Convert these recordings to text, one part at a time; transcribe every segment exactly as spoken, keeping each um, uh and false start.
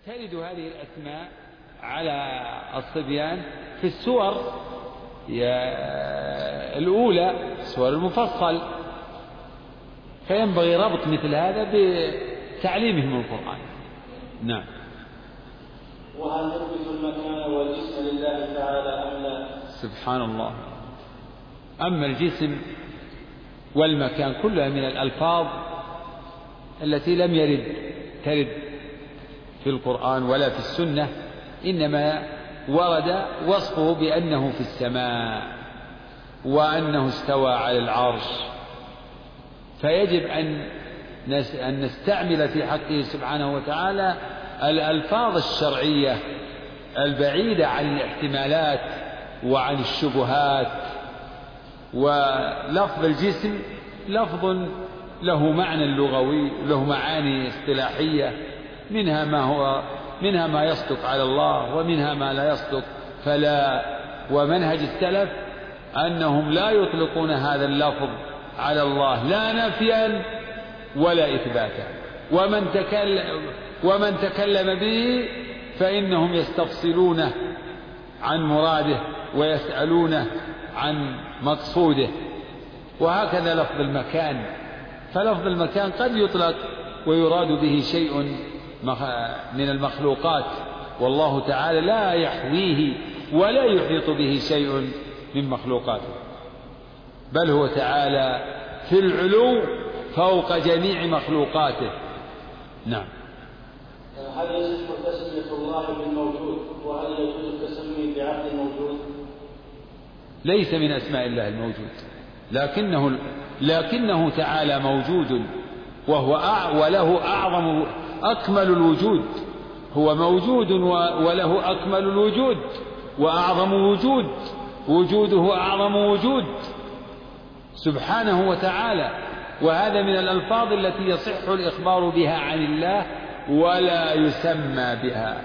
ترد هذه الأسماء على الصبيان في السور الأولى، سور المفصل، فينبغي ربط مثل هذا بتعليمهم القرآن. نعم. وهل يثبت المكان والجسم لله تعالى أم لا؟ سبحان الله. أما الجسم والمكان كلها من الألفاظ التي لم يرد ترد في القرآن ولا في السنة، إنما ورد وصفه بأنه في السماء وأنه استوى على العرش، فيجب أن نستعمل في حقه سبحانه وتعالى الألفاظ الشرعية البعيدة عن الاحتمالات وعن الشبهات. ولفظ الجسم لفظ له معنى لغوي، له معاني اصطلاحية، منها ما هو منها ما يصدق على الله ومنها ما لا يصدق فلا. ومنهج السلف أنهم لا يطلقون هذا اللفظ على الله لا نفيا ولا إثباتا، ومن تكلم, ومن تكلم به فإنهم يستفصلونه عن مراده ويسألونه عن مقصوده. وهكذا لفظ المكان، فلفظ المكان قد يطلق ويراد به شيء من المخلوقات، والله تعالى لا يحويه ولا يحيط به شيء من مخلوقاته، بل هو تعالى في العلو فوق جميع مخلوقاته. نعم. هل يصح تسمية الله بالموجود؟ وهل يجوز التسمي بعبد الموجود؟ ليس من أسماء الله الموجود، لكنه لكنه تعالى موجود، وهو وله أعظم أكمل الوجود. هو موجود وله أكمل الوجود وأعظم وجود، وجوده أعظم وجود سبحانه وتعالى. وهذا من الألفاظ التي يصح الإخبار بها عن الله ولا يسمى بها.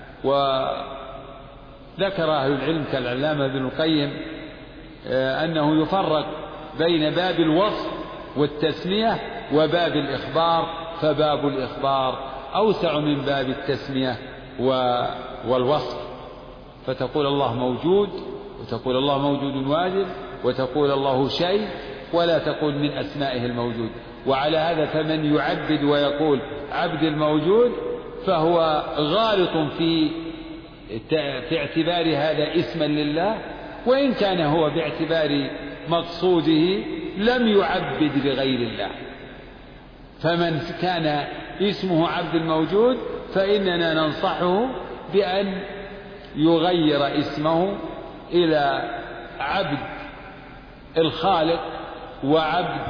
وذكر أهل العلم كالعلامة ابن القيم أنه يفرق بين باب الوصف والتسمية وباب الإخبار، فباب الإخبار أوسع من باب التسمية والوصف. فتقول الله موجود، وتقول الله موجود واجب، وتقول الله شيء، ولا تقول من أسمائه الموجود. وعلى هذا فمن يعبد ويقول عبد الموجود فهو غالط في في اعتبار هذا اسما لله، وإن كان هو باعتبار مقصوده لم يعبد لغير الله. فمن كان اسمه عبد الموجود فإننا ننصحه بأن يغير اسمه إلى عبد الخالق وعبد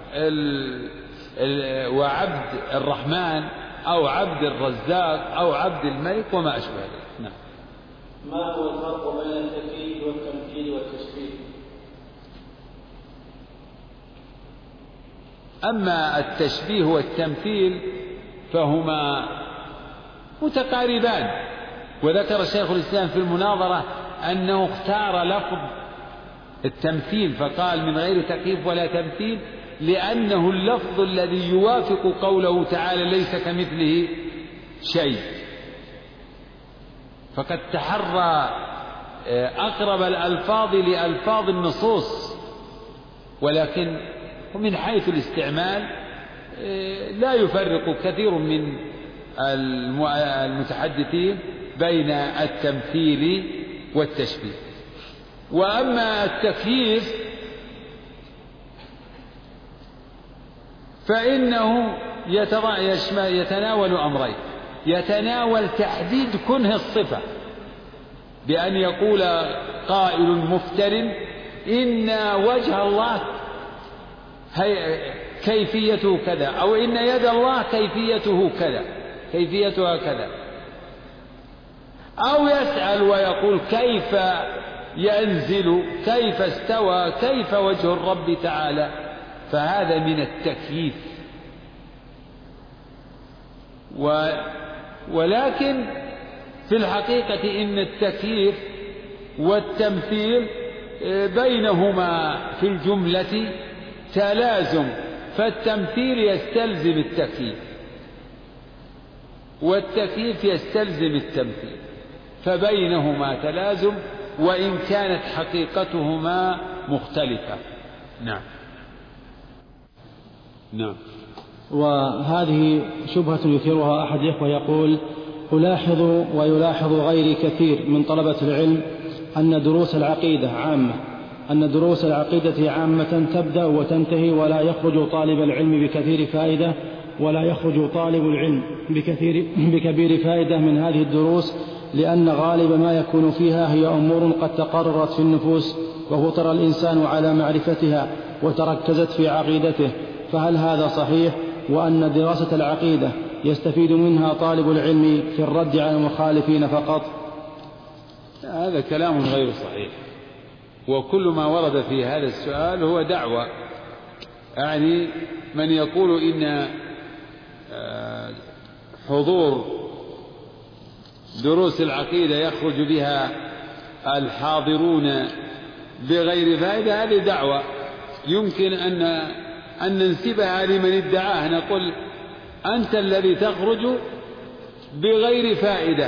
وعبد الرحمن أو عبد الرزاق أو عبد الملك وما أشبه ذلك. نعم. ما هو الفرق بين التكييف والتمثيل والتشبيه؟ أما التشبيه والتمثيل فهما متقاربان. وذكر شيخ الإسلام في المناظرة أنه اختار لفظ التمثيل فقال من غير تكييف ولا تمثيل، لأنه اللفظ الذي يوافق قوله تعالى ليس كمثله شيء. فقد تحرى أقرب الألفاظ لألفاظ النصوص، ولكن ومن حيث الاستعمال لا يفرق كثير من المتحدثين بين التمثيل والتشبيه. وأما التكييف فإنه يتناول أمرين: يتناول تحديد كنه الصفة بأن يقول قائل مفتر إن وجه الله كيفيته كذا، أو إن يد الله كيفيته كذا كيفيتها كذا، أو يسأل ويقول كيف ينزل، كيف استوى، كيف وجه الرب تعالى، فهذا من التكييف. و ولكن في الحقيقة إن التكييف والتمثيل بينهما في الجملة تلازم، فالتمثيل يستلزم التكييف والتكييف يستلزم التمثيل، فبينهما تلازم وإن كانت حقيقتهما مختلفة. نعم. نعم. وهذه شبهة يثيرها أحد الإخوة يقول: ألاحظ ويلاحظ غيري كثير من طلبة العلم أن دروس العقيدة عامة أن دروس العقيدة عامة تبدأ وتنتهي، ولا يخرج طالب العلم بكثير فائدة ولا يخرج طالب العلم بكثير بكبير فائدة من هذه الدروس، لأن غالب ما يكون فيها هي أمور قد تقررت في النفوس وفطر الإنسان على معرفتها وتركزت في عقيدته، فهل هذا صحيح؟ وأن دراسة العقيدة يستفيد منها طالب العلم في الرد على المخالفين فقط؟ هذا كلام غير صحيح، وكل ما ورد في هذا السؤال هو دعوة، يعني من يقول إن حضور دروس العقيدة يخرج بها الحاضرون بغير فائدة، هذه دعوة يمكن أن أن ننسبها لمن ادعاه، نقول أنت الذي تخرج بغير فائدة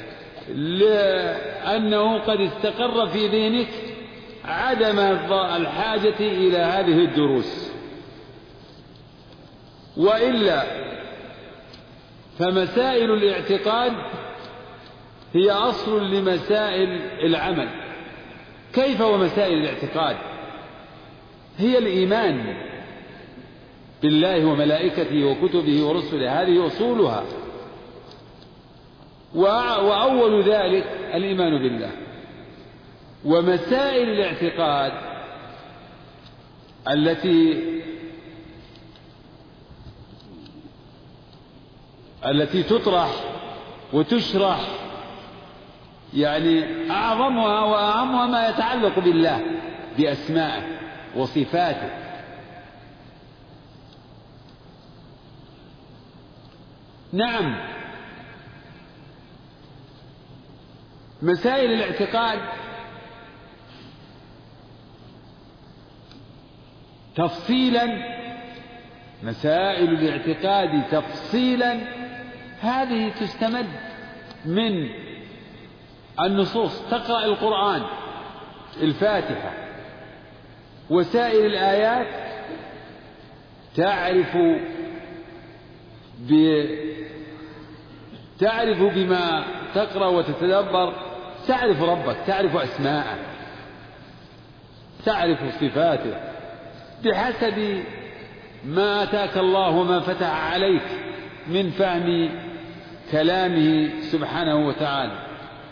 لأنه قد استقر في ذهنك عدم الحاجة إلى هذه الدروس، وإلا فمسائل الاعتقاد هي أصل لمسائل العمل. كيف ومسائل الاعتقاد؟ هي الإيمان بالله وملائكته وكتبه ورسله، هذه أصولها، وأول ذلك الإيمان بالله. ومسائل الاعتقاد التي التي تطرح وتشرح يعني أعظمها وأهمها ما يتعلق بالله بأسمائه وصفاته. نعم، مسائل الاعتقاد تفصيلا، مسائل الاعتقاد تفصيلا هذه تستمد من النصوص. تقرأ القرآن الفاتحة وسائر الآيات تعرف ب... تعرف بما تقرأ وتتدبر، تعرف ربك، تعرف أسماءه، تعرف صفاته بحسب ما آتاك الله وما فتح عليك من فهم كلامه سبحانه وتعالى.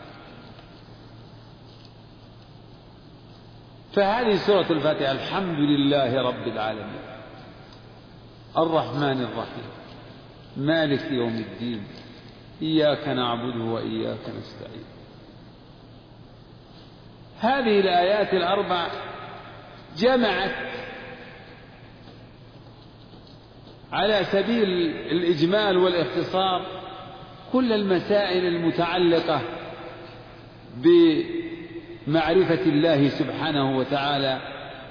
فهذه سورة الفاتحة: الحمد لله رب العالمين الرحمن الرحيم مالك يوم الدين إياك نعبد وإياك نستعين. هذه الآيات الأربع جمعت على سبيل الإجمال والاختصار كل المسائل المتعلقة بمعرفة الله سبحانه وتعالى،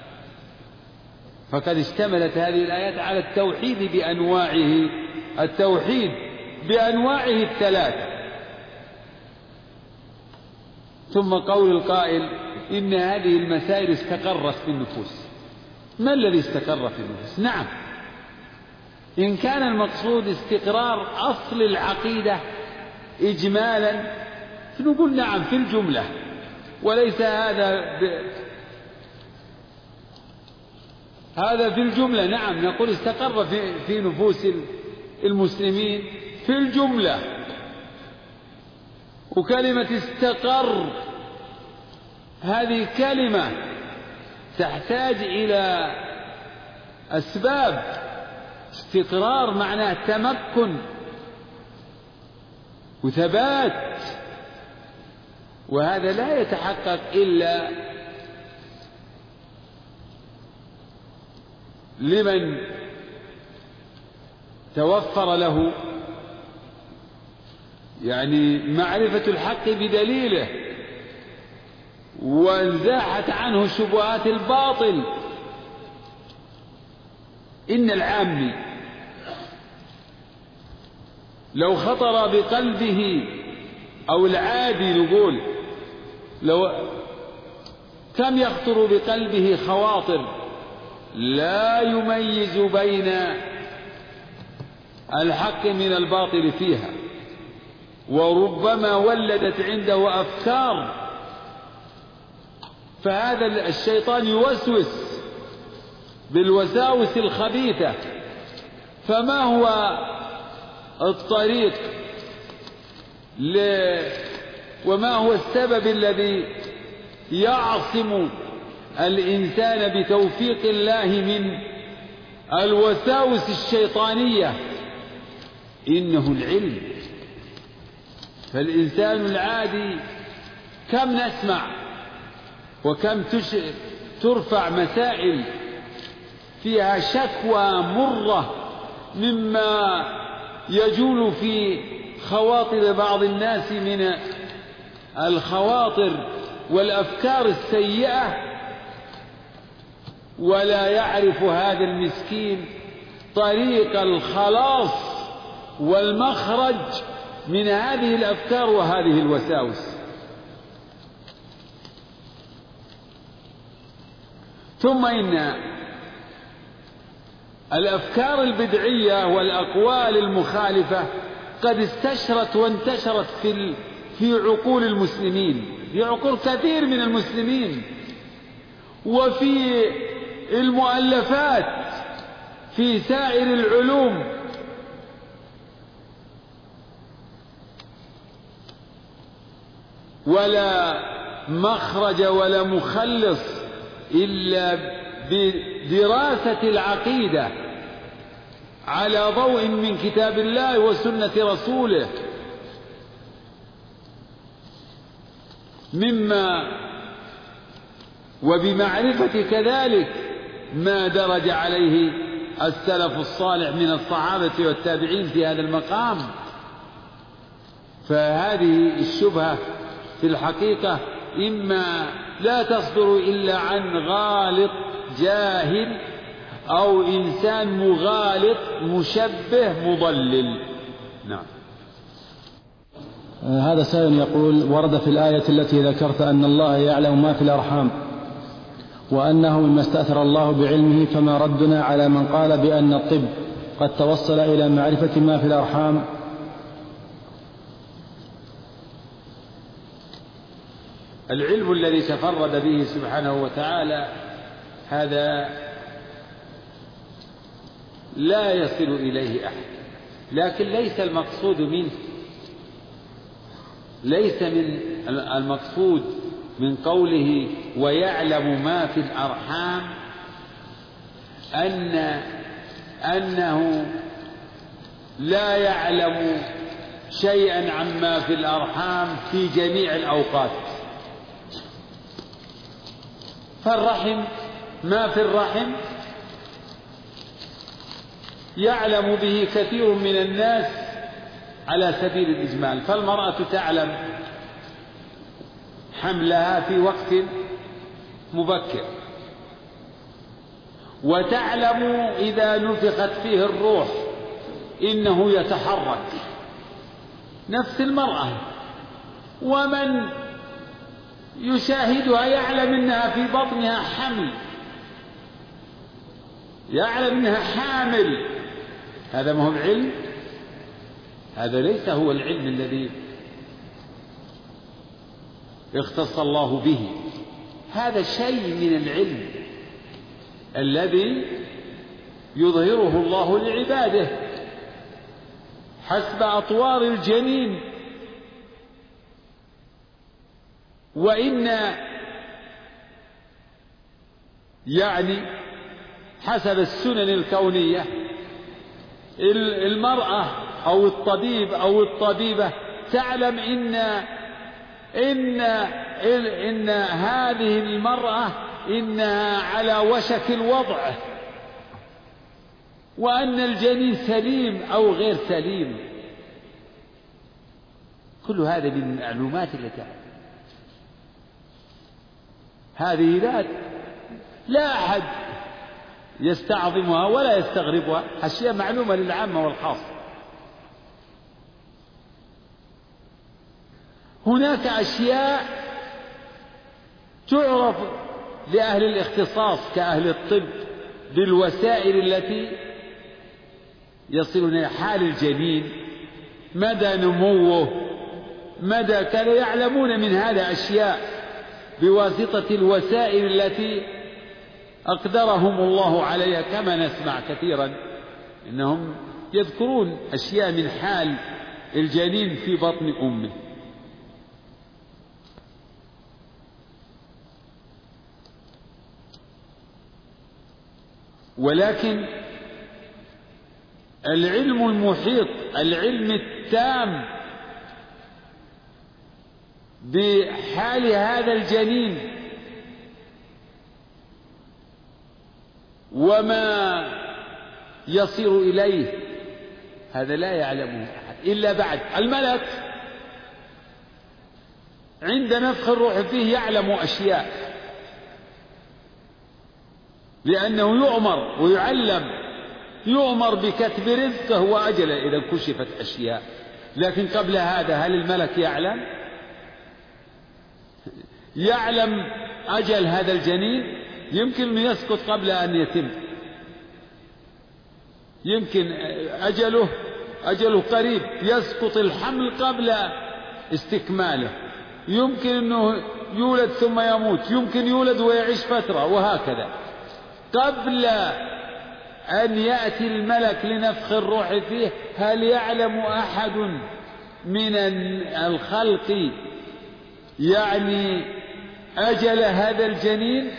فقد اشتملت هذه الآيات على التوحيد بأنواعه، التوحيد بأنواعه الثلاثة. ثم قول القائل إن هذه المسائل استقرت في النفوس. ما الذي استقر في النفوس؟ نعم، إن كان المقصود استقرار أصل العقيدة إجمالا فنقول نعم في الجملة، وليس هذا ب... هذا في الجملة. نعم نقول استقر في, في نفوس المسلمين في الجملة. وكلمة استقر هذه كلمة تحتاج إلى أسباب. استقرار معناه تمكن وثبات، وهذا لا يتحقق إلا لمن توفر له يعني معرفة الحق بدليله وانزاحت عنه شبهات الباطل. إن العامي لو خطر بقلبه، أو العادي نقول، لو كم يخطر بقلبه خواطر لا يميز بين الحق من الباطل فيها، وربما ولدت عنده أفكار، فهذا الشيطان يوسوس بالوساوس الخبيثة. فما هو الطريق ل... وما هو السبب الذي يعصم الإنسان بتوفيق الله من الوساوس الشيطانية؟ إنه العلم. فالإنسان العادي كم نسمع وكم ترفع مسائل فيها شكوى مرة مما يجول في خواطر بعض الناس من الخواطر والأفكار السيئة، ولا يعرف هذا المسكين طريق الخلاص والمخرج من هذه الأفكار وهذه الوساوس. ثم إن الأفكار البدعية والأقوال المخالفة قد استشرت وانتشرت في في عقول المسلمين، في عقول كثير من المسلمين، وفي المؤلفات في سائر العلوم. ولا مخرج ولا مخلص إلا بدراسة العقيدة على ضوء من كتاب الله وسنة رسوله، مما وبمعرفة كذلك ما درج عليه السلف الصالح من الصحابة والتابعين في هذا المقام. فهذه الشبهة في الحقيقة إما لا تصدر إلا عن غالط جاهل أو إنسان مغالط مشبه مضلل. نعم. هذا سائل يقول: ورد في الآية التي ذكرت أن الله يعلم ما في الأرحام وأنه مما استأثر الله بعلمه، فما ردنا على من قال بأن الطب قد توصل إلى معرفة ما في الأرحام؟ العلم الذي تفرد به سبحانه وتعالى هذا لا يصل إليه أحد، لكن ليس المقصود منه، ليس من المقصود من قوله ويعلم ما في الأرحام أن أنه لا يعلم شيئا عما في الأرحام في جميع الأوقات. فالرحم، ما في الرحم يعلم به كثير من الناس على سبيل الإجمال. فالمرأة تعلم حملها في وقت مبكر، وتعلم إذا نفخت فيه الروح إنه يتحرك، نفس المرأة. ومن يشاهدها يعلم إنها في بطنها حمل، يعلم إنها حامل. هذا ما هو العلم، هذا ليس هو العلم الذي اختص الله به. هذا شيء من العلم الذي يظهره الله لعباده حسب أطوار الجنين. وإن يعني حسب السنن الكونية المرأة أو الطبيب أو الطبيبة تعلم إن إن إن هذه المرأة إنها على وشك الوضع، وأن الجنين سليم أو غير سليم. كل هذا من المعلومات التي هذه لا لا أحد يستعظمها ولا يستغربها، أشياء معلومة للعامة والخاصة. هناك أشياء تعرف لأهل الاختصاص كأهل الطب بالوسائل التي يصلون إلى حال الجنين، مدى نموه، مدى كانوا يعلمون من هذا أشياء بواسطة الوسائل التي أقدرهم الله عليها، كما نسمع كثيرا إنهم يذكرون أشياء من حال الجنين في بطن أمه. ولكن العلم المحيط، العلم التام بحال هذا الجنين وما يصير إليه، هذا لا يعلمه أحد إلا بعد. الملك عند نفخ الروح فيه يعلم أشياء، لأنه يؤمر ويعلم، يؤمر بكتب رزقه وأجله إذا كشفت أشياء. لكن قبل هذا هل الملك يعلم؟ يعلم أجل هذا الجنين؟ يمكن أن يسقط قبل أن يتم، يمكن أجله أجله قريب، يسقط الحمل قبل استكماله، يمكن أنه يولد ثم يموت، يمكن يولد ويعيش فترة، وهكذا. قبل أن يأتي الملك لنفخ الروح فيه هل يعلم أحد من الخلق يعني أجل هذا الجنين؟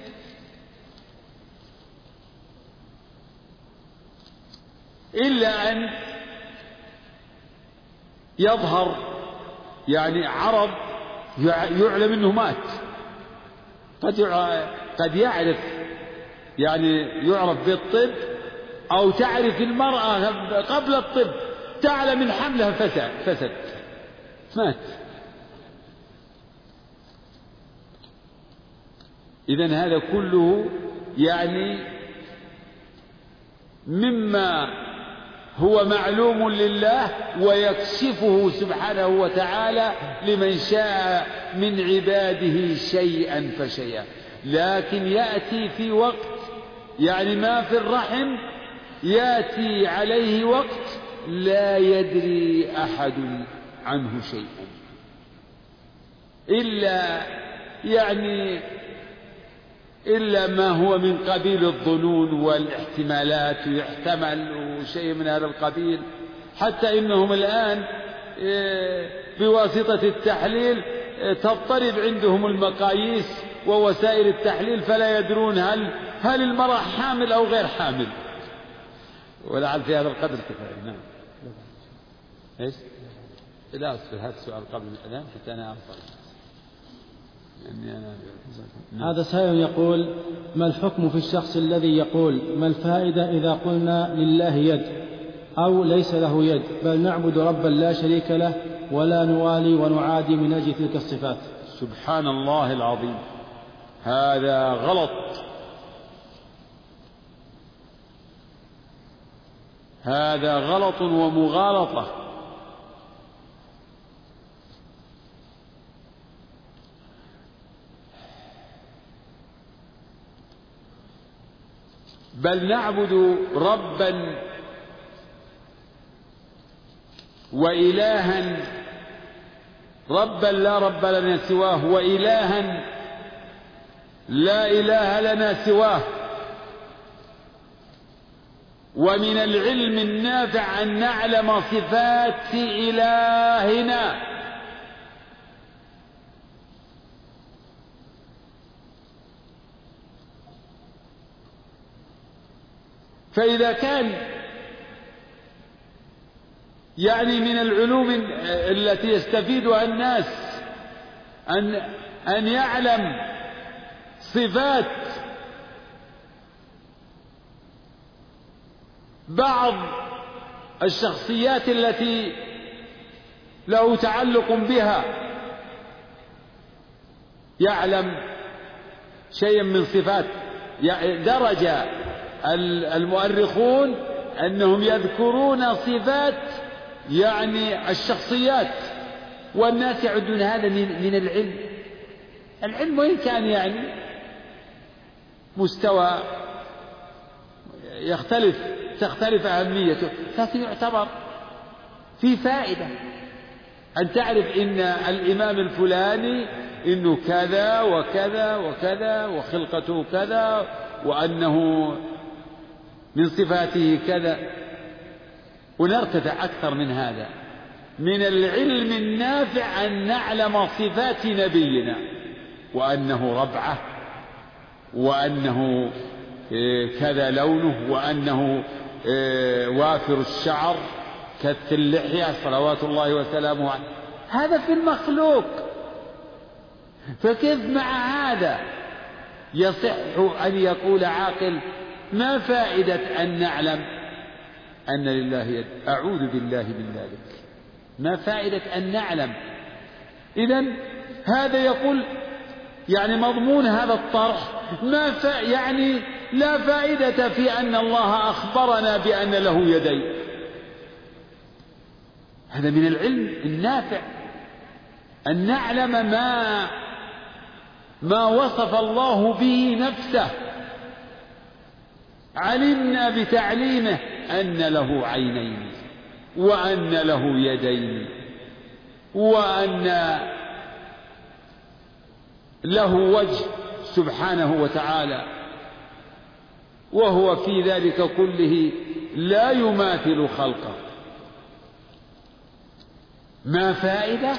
إلا أن يظهر يعني عرض يعلم أنه مات. قد قد يعرف يعني يعرف بالطب، أو تعرف المرأة قبل الطب تعلم من حملها فسد فسد مات. إذن هذا كله يعني مما هو معلوم لله ويكشفه سبحانه وتعالى لمن شاء من عباده شيئا فشيئا. لكن يأتي في وقت يعني ما في الرحم يأتي عليه وقت لا يدري أحد عنه شيئا إلا يعني إلا ما هو من قبيل الظنون والاحتمالات، ويحتمل وشيء من هذا القبيل، حتى إنهم الآن بواسطة التحليل تضطرب عندهم المقاييس ووسائل التحليل، فلا يدرون هل هل المرأة حامل أو غير حامل. ولعل في هذا القدر كفاية. نعم. إيش؟ لا أصبر، هذا السؤال قبل الأذان حتى أنا أعرف. يعني أنا نعم. هذا سائل يقول: ما الحكم في الشخص الذي يقول ما الفائدة إذا قلنا لله يد أو ليس له يد، بل نعبد ربا لا شريك له ولا نوالي ونعادي من أجل تلك الصفات؟ سبحان الله العظيم، هذا غلط، هذا غلط ومغالطة. بل نعبد ربا وإلها، ربا لا رب لنا سواه، وإلها لا إله لنا سواه. ومن العلم النافع أن نعلم صفات إلهنا، فإذا كان يعني من العلوم التي يستفيدها الناس أن أن يعلم صفات بعض الشخصيات التي له تعلق بها، يعلم شيئا من صفات، درج المؤرخون أنهم يذكرون صفات يعني الشخصيات والناس يعدون هذا من, من العلم. العلم وإن كان يعني مستوى يختلف تختلف أهميته، لكن يعتبر في فائدة أن تعرف إن الإمام الفلاني إنه كذا وكذا وكذا وخلقته كذا وأنه من صفاته كذا. ونرتفع أكثر من هذا، من العلم النافع أن نعلم صفات نبينا، وأنه ربعة، وأنه كذا لونه، وأنه وافر الشعر كث اللحية صلوات الله وسلامه عليه. هذا في المخلوق، فكيف مع هذا يصح أن يقول عاقل ما فائدة أن نعلم أن لله يد؟ أعوذ بالله من ذلك. ما فائدة أن نعلم؟ إذن هذا يقول يعني مضمون هذا الطرح ما ف... يعني لا فائدة في أن الله أخبرنا بأن له يدين. هذا من العلم النافع أن نعلم ما ما وصف الله به نفسه. علمنا بتعليمه أن له عينين، وأن له يدين، وأن له وجه سبحانه وتعالى، وهو في ذلك كله لا يماثل خلقه. ما فائدة؟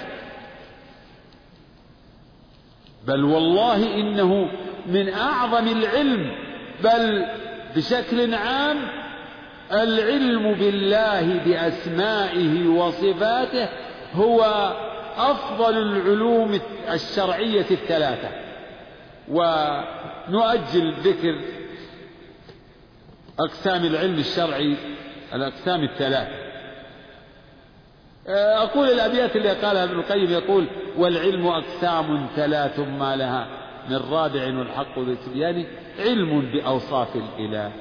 بل والله إنه من أعظم العلم، بل بشكل عام العلم بالله بأسمائه وصفاته هو أفضل العلوم الشرعية الثلاثة. ونؤجل ذكر أقسام العلم الشرعي، الأقسام الثلاثة. أقول الأبيات اللي قالها ابن القيم، يقول والعلم أقسام ثلاث ما لها من رابع والحق بالتبيان، علم بأوصاف الإله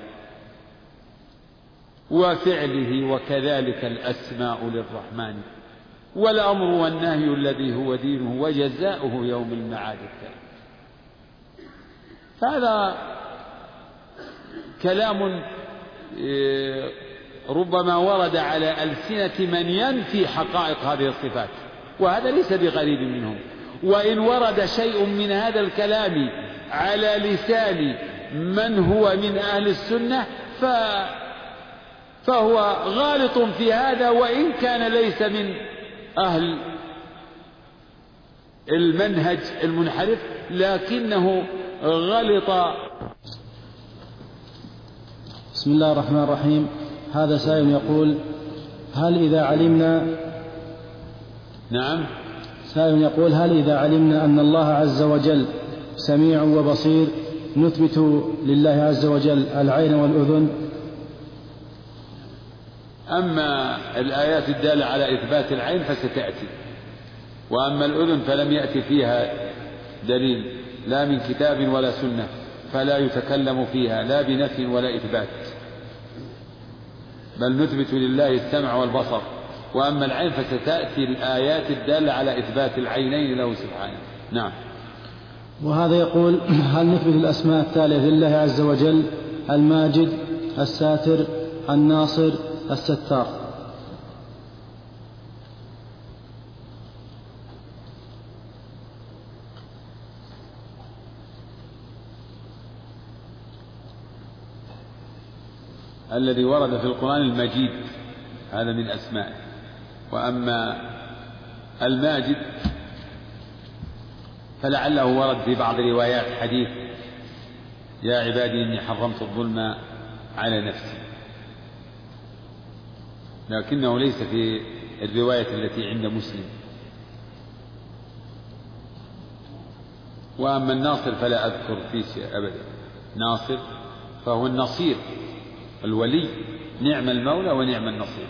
وفعله وكذلك الأسماء للرحمن، والأمر والنهي الذي هو دينه وجزاؤه يوم المعاد الثاني. فهذا كلام ربما ورد على ألسنة من ينفي حقائق هذه الصفات، وهذا ليس بغريب منهم. وإن ورد شيء من هذا الكلام على لسان من هو من أهل السنة ف فهو غالط في هذا، وإن كان ليس من أهل المنهج المنحرف، لكنه غلط. بسم الله الرحمن الرحيم. هذا سائل يقول هل إذا علمنا نعم سائل يقول هل إذا علمنا أن الله عز وجل سميع وبصير نثبت لله عز وجل العين والأذن؟ أما الآيات الدالة على إثبات العين فستأتي، وأما الأذن فلم يأتي فيها دليل لا من كتاب ولا سنة، فلا يتكلم فيها لا بنفي ولا إثبات، بل نثبت لله السمع والبصر. وأما العين فستأتي الآيات الدالة على إثبات العينين له سبحانه. نعم. وهذا يقول هل نثبت الأسماء التالية لله عز وجل: الماجد، الساتر، الناصر، الستار؟ الذي ورد في القرآن المجيد هذا من أسمائه. وأما الماجد فلعله ورد في بعض روايات حديث يا عبادي إني حرمت الظلم على نفسي، لكنه ليس في الرواية التي عند مسلم. وأما الناصر فلا أذكر فيه شيء أبدا. ناصر فهو النصير، الولي، نعم المولى ونعم النصير.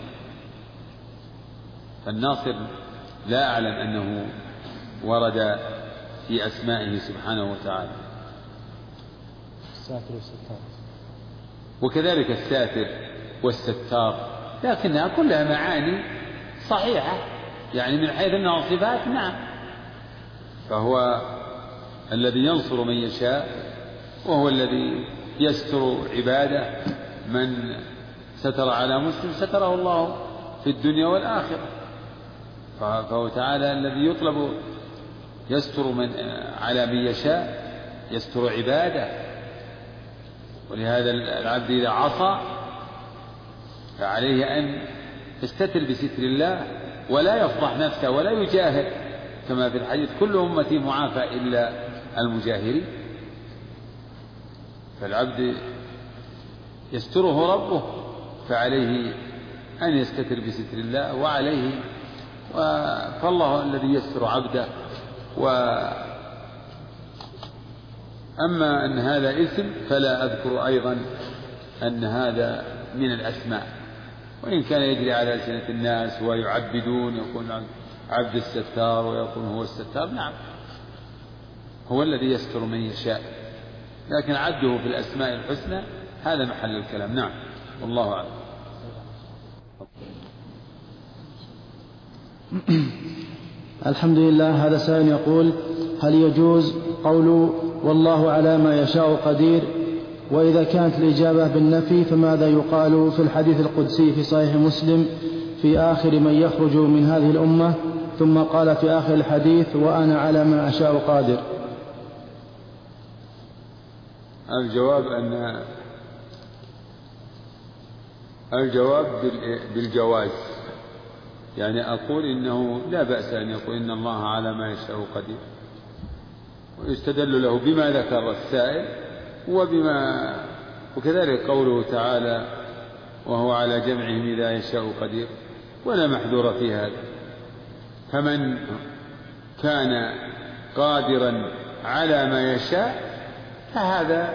فالناصر لا أعلم أنه ورد في أسمائه سبحانه وتعالى. الساتر والستار، وكذلك الساتر والستار، لكنها كلها معاني صحيحة يعني من حيث أنها صفات نعم، فهو الذي ينصر من يشاء، وهو الذي يستر عباده. من ستر على مسلم ستره الله في الدنيا والآخرة، فهو تعالى الذي يطلب يستر من على من يشاء، يستر عباده. ولهذا العبد إذا عصى فعليه أن يستتر بستر الله ولا يفضح نفسه ولا يجاهر، كما في الحديث كل أمتي معافى إلا المجاهرين. فالعبد يستره ربه، فعليه أن يستتر بستر الله وعليه، فالله الذي يستر عبده. وأما أن هذا اسم فلا أذكر أيضا أن هذا من الأسماء، وإن كان يجري على ألسنة الناس ويعبدون يكون عبد الستار ويكون هو الستار، نعم هو الذي يستر من يشاء، لكن عده في الأسماء الحسنى هذا محل الكلام. نعم والله أعلم. الحمد لله. هذا سائل يقول: هل يجوز قول والله على ما يشاء قدير؟ وإذا كانت الإجابة بالنفي فماذا يقال في الحديث القدسي في صحيح مسلم في آخر من يخرج من هذه الأمة، ثم قال في آخر الحديث: وأنا على ما أشاء قادر؟ الجواب أن الجواب بالجواز، يعني أقول إنه لا بأس أن يقول إن الله على ما يشاء قدير، ويستدل له بما ذكر السائل وبما وكذلك قوله تعالى: وهو على جمعهم إذا يشاء قدير، ولا محذور في هذا. فمن كان قادرا على ما يشاء فهذا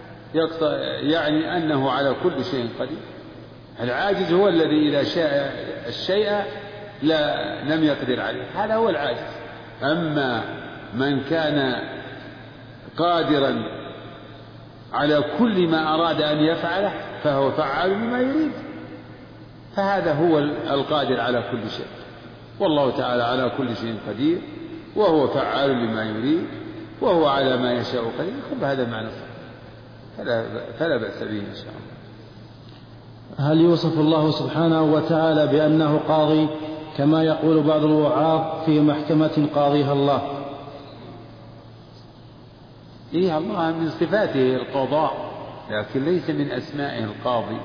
يعني أنه على كل شيء قدير. العاجز هو الذي إذا شاء الشيء لا لم يقدر عليه، هذا هو العاجز. أما من كان قادرا على كل ما أراد أن يفعله فهو فعال لما يريد، فهذا هو القادر على كل شيء، والله تعالى على كل شيء قدير، وهو فعال لما يريد، وهو على ما يشاء قدير. كل هذا معنى فلا, فلا بأس به إن شاء الله. هل يوصف الله سبحانه وتعالى بأنه قاضي كما يقول بعض الوعاظ في محكمة قاضيها الله؟ إيه، الله من صفاته القضاء، لكن ليس من أسمائه القاضي،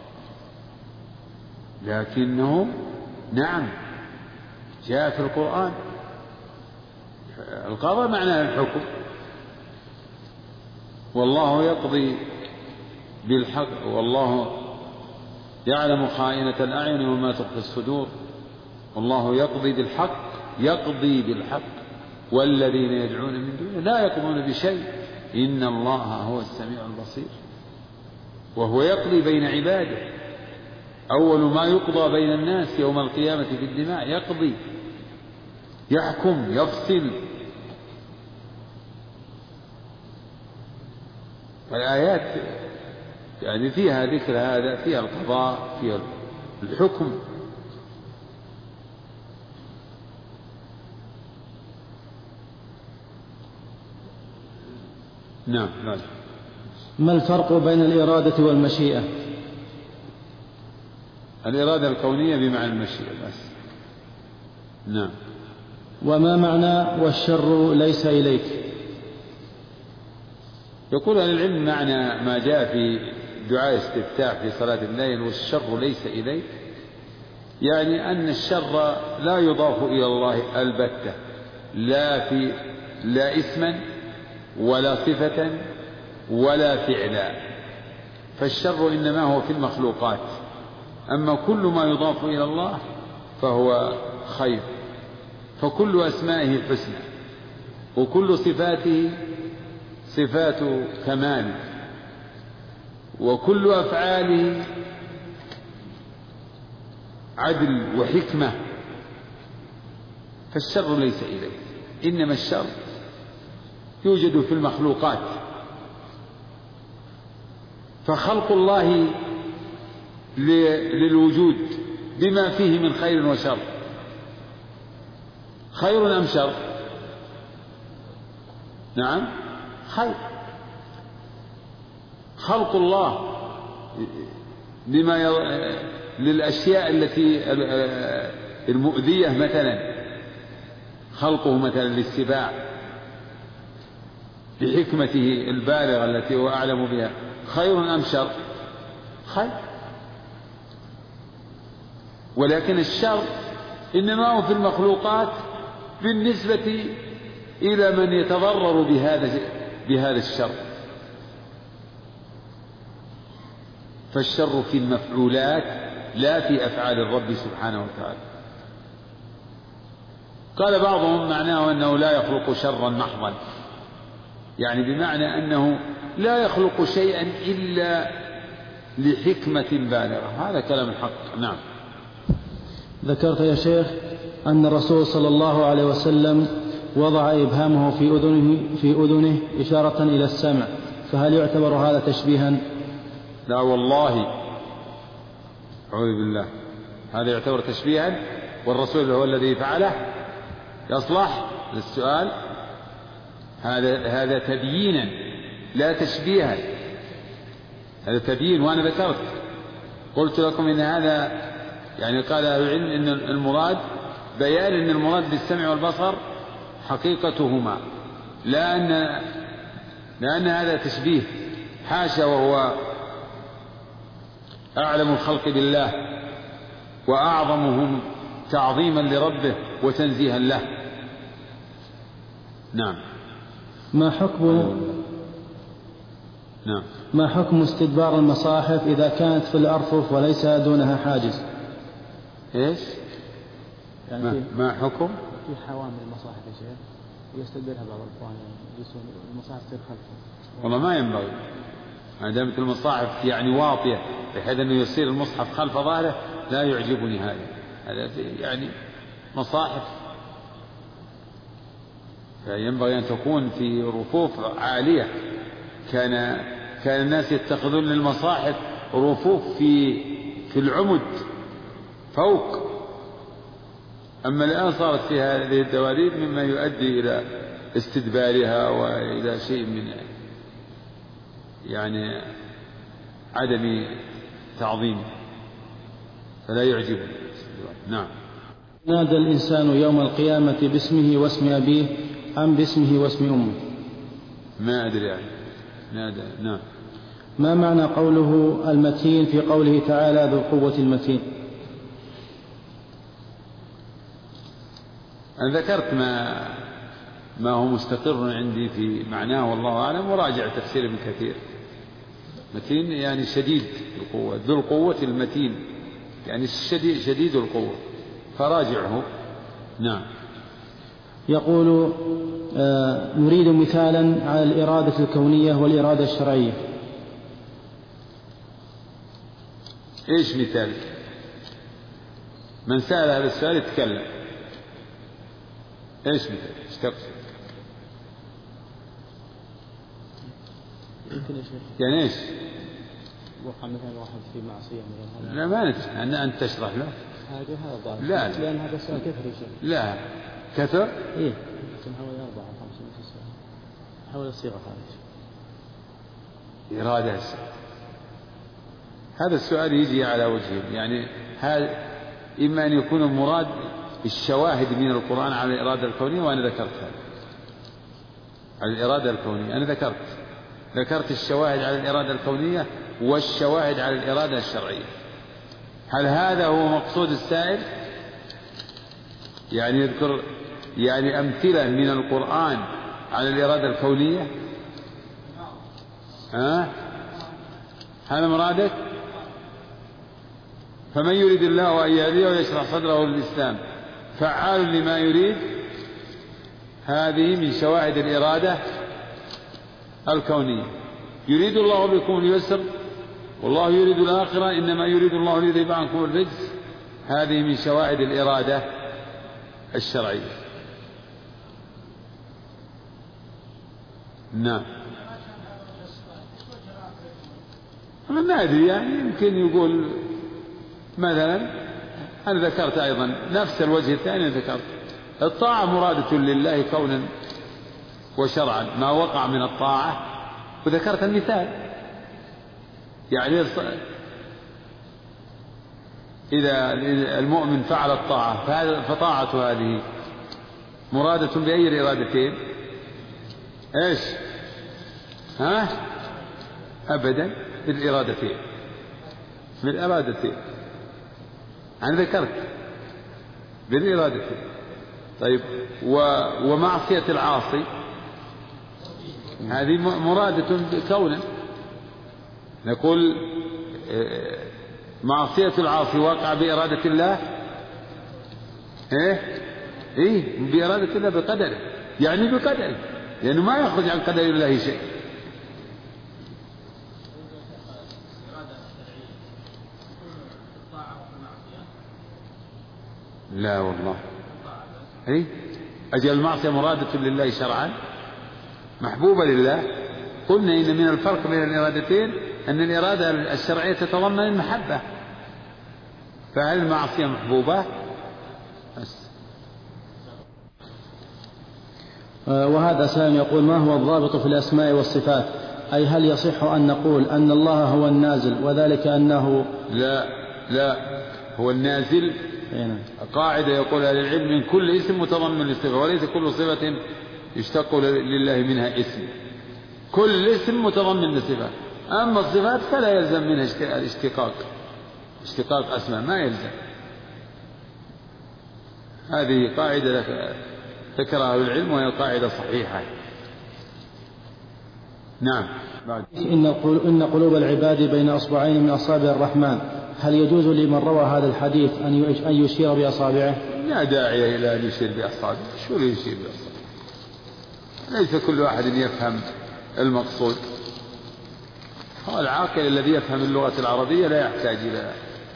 لكنه نعم جاء في القرآن. القضاء معناه الحكم، والله يقضي بالحق، والله يعلم خائنة الأعين وما تخفي الصدور، والله يقضي بالحق يقضي بالحق والذين يدعون من دونه لا يقضون بشيء إن الله هو السميع البصير. وهو يقضي بين عباده، أول ما يقضى بين الناس يوم القيامة في الدماء، يقضي يحكم يفصل. الآيات يعني فيها ذكر هذا، فيها القضاء، فيها الحكم. نعم. ما الفرق بين الإرادة والمشيئة؟ الإرادة الكونية بمعنى المشيئة بس. نعم. وما معنى والشر ليس إليك؟ يقول أهل العلم معنى ما جاء في دعاء استفتاح في صلاة الليل: والشر ليس إليك، يعني أن الشر لا يضاف إلى الله البتة، لا في لا اسما ولا صفة ولا فعلا، فالشر إنما هو في المخلوقات، أما كل ما يضاف إلى الله فهو خير. فكل أسمائه الحسنى وكل صفاته صفات كمال، وكل أفعاله عدل وحكمة، فالشر ليس إليه، إنما الشر يوجد في المخلوقات. فخلق الله للوجود بما فيه من خير وشر، خير أم شر؟ نعم خير. خلق الله لما ي... للأشياء التي المؤذية مثلا، خلقه مثلا للسباع بحكمته البالغة التي هو أعلم بها، خير أم شر؟ خير. ولكن الشر إنما هو في المخلوقات بالنسبة إلى من يتضرر بهذا بهذا الشر، فالشر في المفعولات لا في أفعال الرب سبحانه وتعالى. قال بعضهم معناه أنه لا يخلق شرا محضا، يعني بمعنى أنه لا يخلق شيئا إلا لحكمة بالغة. هذا كلام الحق. نعم. ذكرت يا شيخ أن الرسول صلى الله عليه وسلم وضع إبهامه في أذنه, في أذنه إشارة إلى السمع، فهل يعتبر هذا تشبيها؟ لا والله، أعوذ بالله، هذا يعتبر تشبيها، والرسول هو الذي فعله. يصلح للسؤال؟ هذا هذا تبيينا لا تشبيها، هذا تبيين. وأنا ذكرت قلت لكم إن هذا يعني قال أهل العلم إن المراد بيان أن المراد بالسمع والبصر حقيقتهما، لا أن لأن هذا تشبيه، حاشا، وهو أعلم الخلق بالله وأعظمهم تعظيما لربه وتنزيها له. نعم. ما حكم نعم ما حكم استدبار المصاحف إذا كانت في الأرفف وليس دونها حاجز؟ إيش؟ يعني ما, ما حكم؟ في حوامل المصاحف يا شيخ يستدبرها بعض الإخوان، يجلسون المصاحف تصير خلفه. والله ما ينبغي، ما دامت المصاحف يعني واطية بحيث أنه يصير المصحف خلف ظهره، لا يعجبني هذا. هذا يعني مصاحف فينبغي أن تكون في رفوف عالية. كان كان الناس يتخذون المصاحف رفوف في في العمد فوق، أما الآن صارت فيها هذه الدواليب مما يؤدي إلى استدبارها وإلى شيء من يعني عدم تعظيم، فلا يعجبني. نعم. نادى الإنسان يوم القيامة باسمه واسم أبيه أم باسمه واسم أمه؟ ما أدري يعني. نادى. نعم. ما معنى قوله المتين في قوله تعالى ذو القوة المتين؟ أنا ذكرت ما ما هو مستقر عندي في معناه والله أعلم، وراجع تفسير ابن كثير. متين يعني شديد القوة، ذو القوة المتين يعني شديد, شديد القوة، فراجعه. نعم. يقول آه نريد مثالا على الإرادة الكونية والإرادة الشرعية. إيش مثال؟ من سأل هذا السؤال يتكلم. إيش مثال؟ إيش تقصد؟ يعني إيش؟ وقع مثلا واحد في معصية مثلا. لا ما نتشرح، أن أنت تشرح له. هذا هذا ضعف. لا لا. لأن هذا السؤال كثر يا شيخ. لا كثر؟ إيه. يمكن حوالي أربعة أو خمسة نفس السؤال. حول الصيغة هذه. إرادة. هذا السؤال يجي على وجهين، يعني هذا إما أن يكون المراد الشواهد من القرآن على الإرادة الكونية، وأنا ذكرت هذا على الإرادة الكونية. أنا ذكرت ذكرت الشواهد على الإرادة الكونية والشواهد على الإرادة الشرعية. هل هذا هو مقصود السائل؟ يعني يذكر يعني أمثلة من القرآن على الإرادة الكونية؟ ها؟ هذا مرادك؟ فمن يريد الله أن يهديه ويشرح صدره للإسلام فعال لما يريد، هذه من شواهد الإرادة الكونية. يريد الله بكم اليسر والله يريد الآخرة إنما يريد الله ليذهب عنكم الرجس، هذه من شواهد الإرادة الشرعية. نعم. أنا ما أدري، يعني يمكن يقول مثلا أنا ذكرت أيضا نفس الوجه الثاني ذكرت الطاعة مرادة لله كونا وشرعا، ما وقع من الطاعة، وذكرت المثال، يعني إذا المؤمن فعل الطاعة فطاعة هذه مرادة بأي الإرادتين؟ إيش؟ ها؟ أبدا بالإرادتين، بالإرادتين، أنا ذكرت بالإرادتين. طيب ومعصية العاصي هذه مرادة كونا، نقول معصية العاصي واقع بإرادة الله، إيه إيه بإرادة الله بقدره، يعني بقدره، لأنه ما يخرج عن قدر الله شيء. لا والله، إيه أجل المعصية مرادة لله شرعا محبوبة لله. قلنا إن من الفرق بين الإرادتين أن الإرادة الشرعية تتضمن المحبة، فهل المعصية محبوبة؟ بس. وهذا سائل يقول: ما هو الضابط في الأسماء والصفات؟ أي هل يصح أن نقول أن الله هو النازل وذلك أنه لا لا هو النازل قاعدة يقول أهل العلم: من كل اسم متضمن لصفة، وليس كل صفة يشتق لله منها اسم، كل اسم متضمن لصفة. أما الصفات فلا يلزم منها اشتقاق اشتقاق أسماء، ما يلزم. هذه قاعدة ذكرها أهل العلم وهي قاعدة صحيحة. نعم. بعد. إن قلوب العباد بين أصبعين من أصابع الرحمن، هل يجوز لمن روى هذا الحديث أن يشير بأصابعه؟ لا داعي إلى أن يشير بأصابعه. شو اللي يشير بأصابعه؟ ليس كل واحد يفهم المقصود. هو العاقل الذي يفهم اللغة العربية لا يحتاج إلى.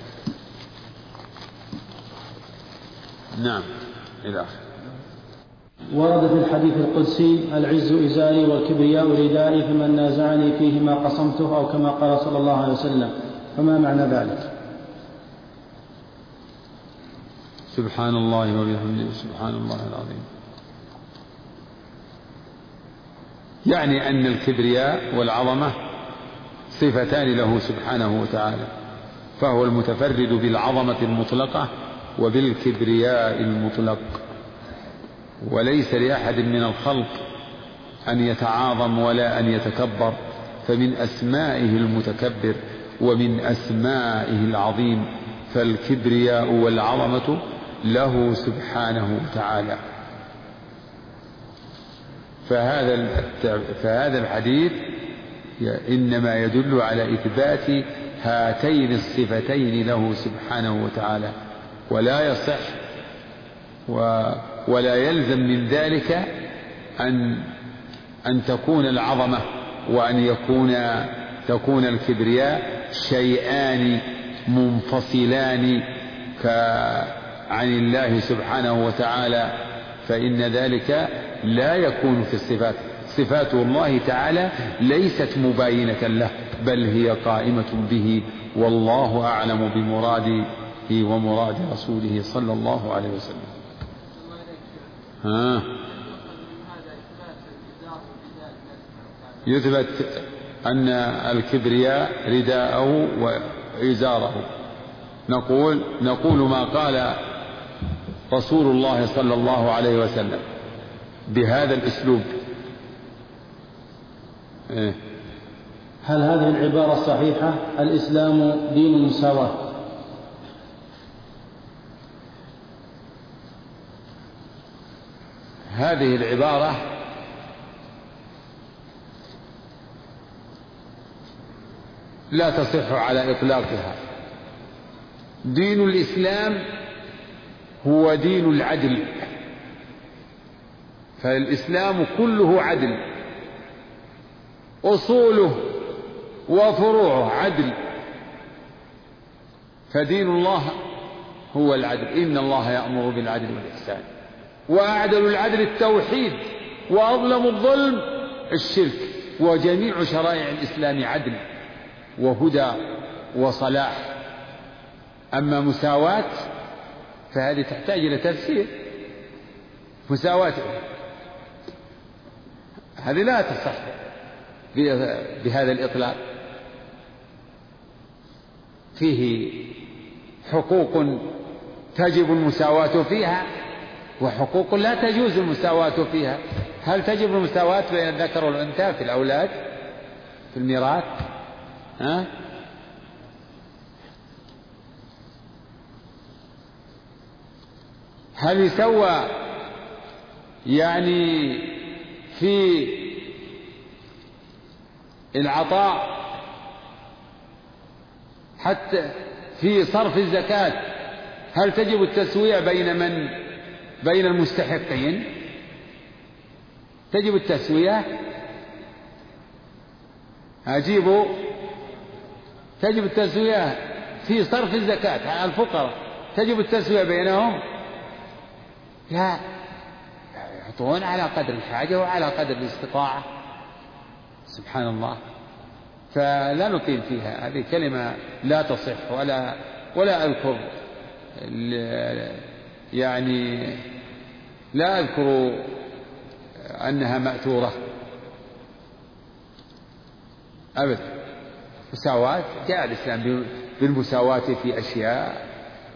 نعم. إلى آخر. ورد في الحديث القدسي: العز إزاري والكبرياء ردائي، فمن نازعني فيهما قصمته، أو كما قال صلى الله عليه وسلم. فما معنى ذلك؟ سبحان الله وبحمده سبحان الله العظيم. يعني أن الكبرياء والعظمة صفتان له سبحانه وتعالى، فهو المتفرد بالعظمة المطلقة وبالكبرياء المطلق، وليس لأحد من الخلق أن يتعاظم ولا أن يتكبر، فمن أسمائه المتكبر ومن أسمائه العظيم، فالكبرياء والعظمة له سبحانه وتعالى. فهذا فهذا الحديث إنما يدل على إثبات هاتين الصفتين له سبحانه وتعالى، ولا يصح ولا يلزم من ذلك أن أن تكون العظمة وأن يكون تكون الكبرياء شيئان منفصلان عن الله سبحانه وتعالى، فإن ذلك لا يكون في الصفات. صفات الله تعالى ليست مباينة له، بل هي قائمة به، والله أعلم بمراده ومراد رسوله صلى الله عليه وسلم. ها يثبت أن الكبرياء رداءه وإزاره. نقول نقول ما قال رسول الله صلى الله عليه وسلم بهذا الأسلوب. إيه؟ هل هذه العبارة صحيحة: الإسلام دين المساواة؟ هذه العبارة لا تصح على إطلاقها. دين الإسلام هو دين العدل، فالإسلام كله عدل، أصوله وفروعه عدل، فدين الله هو العدل. إن الله يأمر بالعدل والإحسان، وأعدل العدل التوحيد، وأظلم الظلم الشرك، وجميع شرائع الإسلام عدل وهدى وصلاح. أما مساواة فهذه تحتاج إلى تفسير، مساواته، هذه لا تصح بهذا الإطلاق. فيه حقوق تجب المساواة فيها وحقوق لا تجوز المساواة فيها. هل تجب المساواة بين الذكر والأنثى في الأولاد في الميراث؟ ها؟ هل يسوى يعني في العطاء حتى في صرف الزكاة؟ هل تجب التسوية بين من بين المستحقين؟ تجب التسوية؟ أجيبوا تجب التسوية في صرف الزكاة على الفقراء، تجب التسوية بينهم؟ لا، يعطون على قدر الحاجة وعلى قدر الاستطاعة. سبحان الله. فلا نطيل فيها، هذه كلمة لا تصح، ولا ولا أذكر يعني لا أذكر أنها مأثورة أبدا. مساواة، جاء الإسلام بالمساواة في أشياء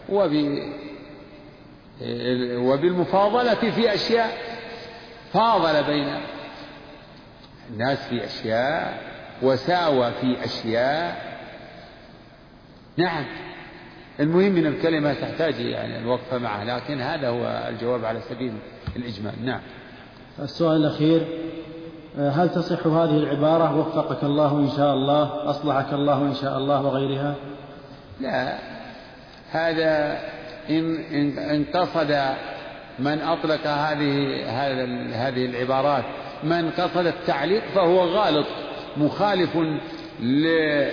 وبالمفاضلة في أشياء، فاضل بين الناس في أشياء وساوى في أشياء. نعم، المهم من الكلمة تحتاج يعني الوقفة معه، لكن هذا هو الجواب على سبيل الإجمال. نعم. السؤال الأخير: هل تصح هذه العبارة وفقك الله إن شاء الله، أصلحك الله إن شاء الله وغيرها؟ لا، هذا إن إن قصد من أطلق هذه هذه العبارات من قصد التعليق فهو غالط مخالف ل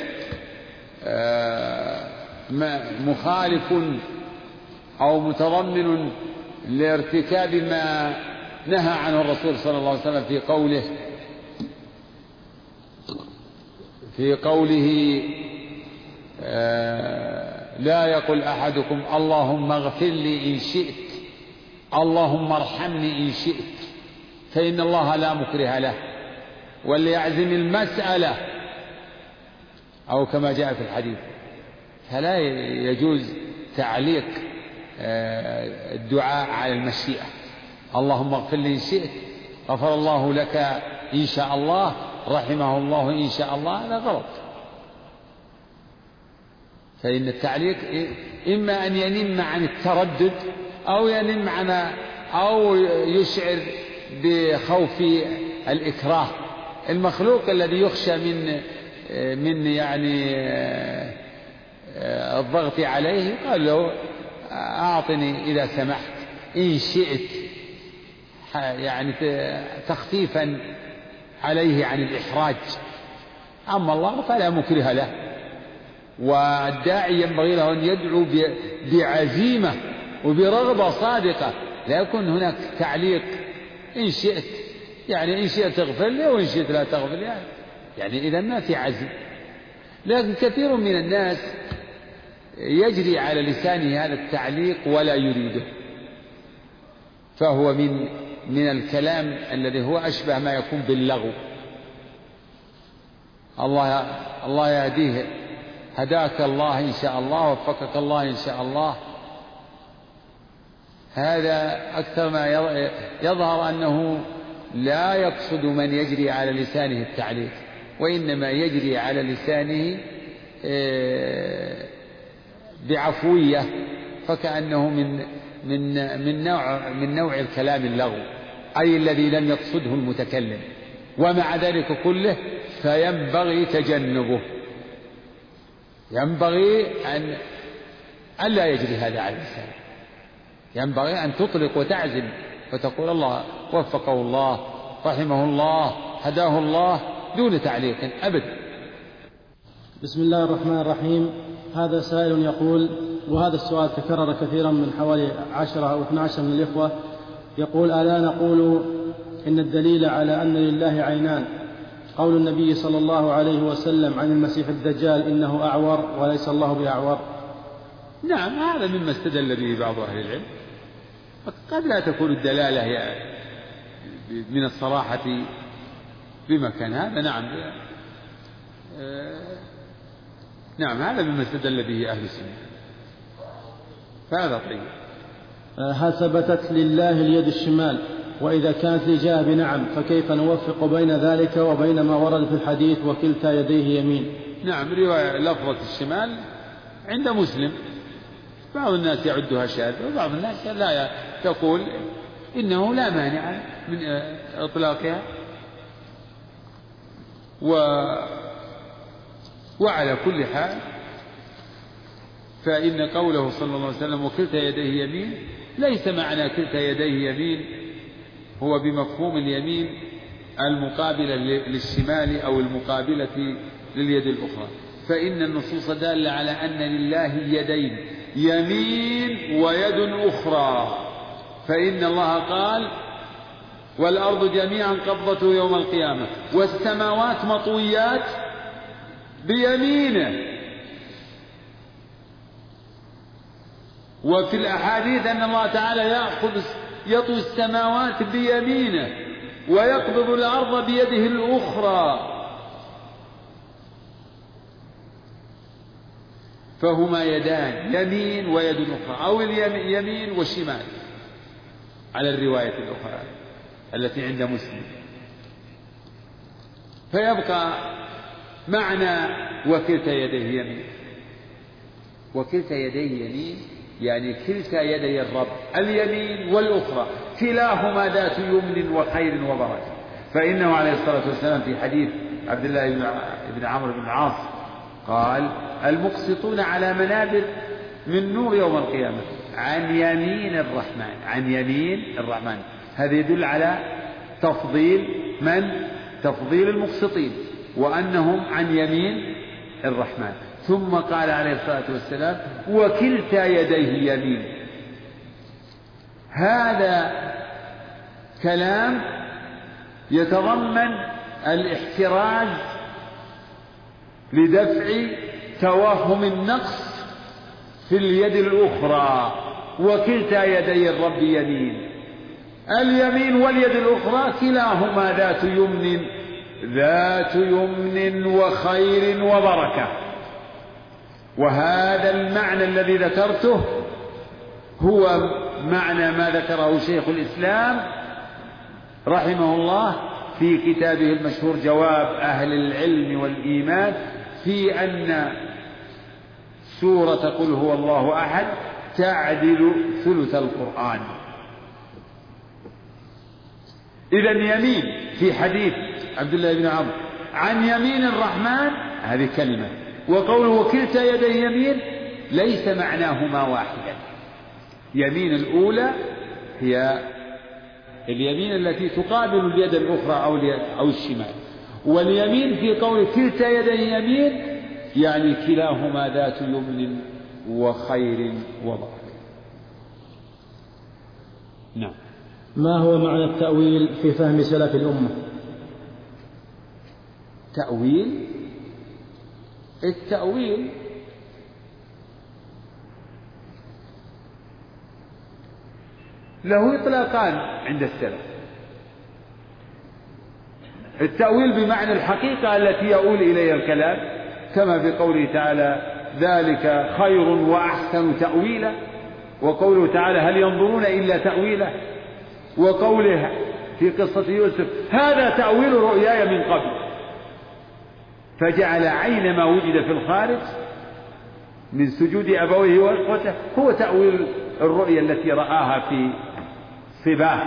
مخالف أو متضمن لارتكاب ما نهى عنه الرسول صلى الله عليه وسلم في قوله في قوله لا يقل أحدكم اللهم اغفر لي إن شئت، اللهم ارحمني إن شئت، فإن الله لا مكره له، وليعزم المسألة، أو كما جاء في الحديث. فلا يجوز تعليق الدعاء على المشيئة. اللهم اغفر لي إن شئت، غفر الله لك إن شاء الله، رحمه الله إن شاء الله، هذا غلط. فإن التعليق إما أن ينم عن التردد أو ينم عن أو يشعر بخوف الإكراه. المخلوق الذي يخشى من من يعني الضغط عليه قال له أعطني إذا سمحت إن شئت، يعني تخفيفا عليه عن الإحراج. أما الله فلا مكره له، والداعي ينبغي له أن يدعو بعزيمة وبرغبة صادقة، لا يكون هناك تعليق إن شئت، يعني إن شئت تغفر لي وإن شئت لا تغفر لي، يعني إذا ما في عزم. لكن كثير من الناس يجري على لسانه هذا التعليق ولا يريده، فهو من من الكلام الذي هو أشبه ما يكون باللغو. الله الله يهديه، هداك الله إن شاء الله، وفقك الله إن شاء الله. هذا أكثر ما يظهر أنه لا يقصد من يجري على لسانه التعليق، وإنما يجري على لسانه بعفوية، فكأنه من من من نوع من نوع الكلام اللغو، أي الذي لم يقصده المتكلم. ومع ذلك كله فينبغي تجنبه، ينبغي أن ألا يجري هذا على اللسان، ينبغي أن تطلق وتعزم وتقول الله وفقه الله، رحمه الله، هداه الله، دون تعليق أبدا. بسم الله الرحمن الرحيم. هذا سائل يقول، وهذا السؤال تكرر كثيرا من حوالي عشرة أو اثنى عشر من الإخوة، يقول: ألا نقول إن الدليل على أن لله عينان قول النبي صلى الله عليه وسلم عن المسيح الدجال إنه أعور وليس الله بأعور؟ نعم، هذا مما استدل به بعض أهل العلم، قد لا تكون الدلالة هي من الصراحة بمكان هذا. نعم نعم هذا مما استدل به أهل السنة، فهذا طيب. هل ثبتت لله اليد الشمال؟ وإذا كانت الإجابة بنعم فكيف نوفق بين ذلك وبين ما ورد في الحديث وكلتا يديه يمين؟ نعم رواية لفظة الشمال عند مسلم، بعض الناس يعدها شاذة وبعض الناس لا تقول إنه لا مانع من إطلاقها. و... وعلى كل حال فإن قوله صلى الله عليه وسلم وكلتا يديه يمين ليس معنى كلتا يديه يمين هو بمفهوم اليمين المقابلة للشمال أو المقابلة لليد الأخرى، فإن النصوص دالة على أن لله يدين، يمين ويد أخرى. فإن الله قال والأرض جميعا قبضته يوم القيامة والسماوات مطويات بيمينه. وفي الأحاديث أن الله تعالى يأخذ يطوي السماوات بيمينه ويقبض الأرض بيده الأخرى، فهما يدان، يمين ويد أخرى، أو اليمين والشمال على الرواية الأخرى التي عند مسلم. فيبقى معنى وكلتا يديه يمين، وكلتا يديه يمين يعني كلتا يدي الرب اليمين والأخرى كلاهما ذات يمن وخير وبركة. فإنه عليه الصلاة والسلام في حديث عبد الله بن عمرو بن العاص قال المقسطون على منابر من نور يوم القيامة عن يمين الرحمن، عن يمين الرحمن. هذا يدل على تفضيل من؟ تفضيل المقسطين وأنهم عن يمين الرحمن. ثم قال عليه الصلاة والسلام وكلتا يديه يمين. هذا كلام يتضمن الاحتراز لدفع توهم النقص في اليد الأخرى. وكلتا يدي الرب يمين، اليمين واليد الأخرى كلاهما ذات يمن ذات يمن وخير وبركة. وهذا المعنى الذي ذكرته هو معنى ما ذكره شيخ الإسلام رحمه الله في كتابه المشهور جواب أهل العلم والإيمان في أن سورة قل هو الله أحد تعدل ثلث القرآن. إذن يمين في حديث عبد الله بن عمرو عن يمين الرحمن هذه كلمة، وقوله وكلتا يديه يمين ليس معناهما واحدا. يمين الأولى هي اليمين التي تقابل اليد الأخرى أو أو الشمال، واليمين في قول كلتا يديه يمين يعني كلاهما ذات يمن وخير وبركة. نعم. ما هو معنى التأويل في فهم سلف الأمة؟ تأويل التأويل له إطلاقان عند السلف. التأويل بمعنى الحقيقة التي يؤول إليها الكلام كما بقوله تعالى ذلك خير وأحسن تأويلا، وقوله تعالى هل ينظرون إلا تأويله، وقوله في قصة يوسف هذا تأويل رؤياي من قبل، فجعل عين ما وجد في الخارج من سجود أبويه وإخوته هو تأويل الرؤيا التي رآها في صباه.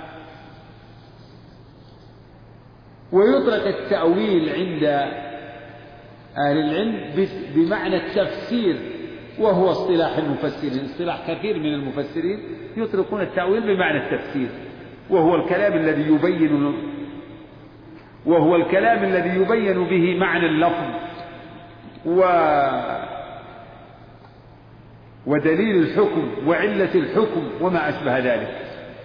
ويطلق التأويل عند أهل العلم بمعنى التفسير، وهو اصطلاح المفسرين، اصطلاح كثير من المفسرين يطلقون التأويل بمعنى التفسير، وهو الكلام الذي يبين وهو الكلام الذي يبين به معنى اللفظ و ودليل الحكم وعلة الحكم وما أشبه ذلك.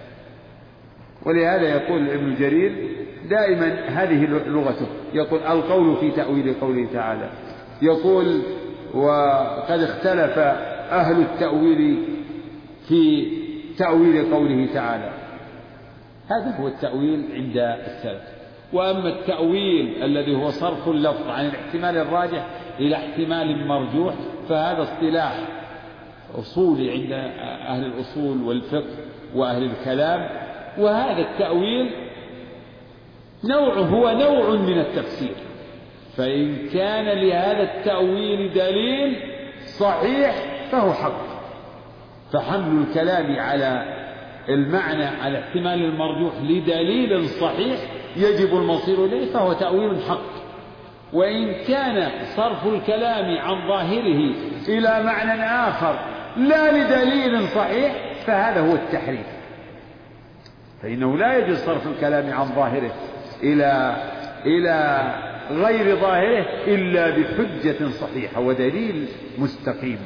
ولهذا يقول ابن جرير دائما هذه لغته، يقول القول في تأويل قوله تعالى، يقول وقد اختلف أهل التأويل في تأويل قوله تعالى. هذا هو التأويل عند السلف. وأما التأويل الذي هو صرف اللفظ عن الاحتمال الراجح إلى احتمال مرجوح فهذا اصطلاح أصولي عند أهل الأصول والفقه وأهل الكلام. وهذا التأويل نوع هو نوع من التفسير، فإن كان لهذا التأويل دليل صحيح فهو حق، فحمل الكلام على المعنى على احتمال المرجوح لدليل صحيح يجب المصير إليه فهو تأويل حق. وإن كان صرف الكلام عن ظاهره إلى معنى آخر لا لدليل صحيح فهذا هو التحريف، فإنه لا يجوز صرف الكلام عن ظاهره إلى إلى غير ظاهره إلا بحجة صحيحة ودليل مستقيم.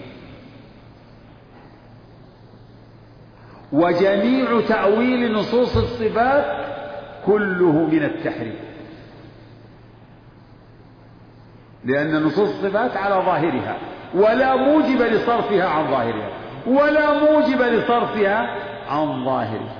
وجميع تأويل نصوص الصفات كله من التحريف، لأن نصوص الصفات على ظاهرها ولا موجب لصرفها عن ظاهرها ولا موجب لصرفها عن ظاهرها.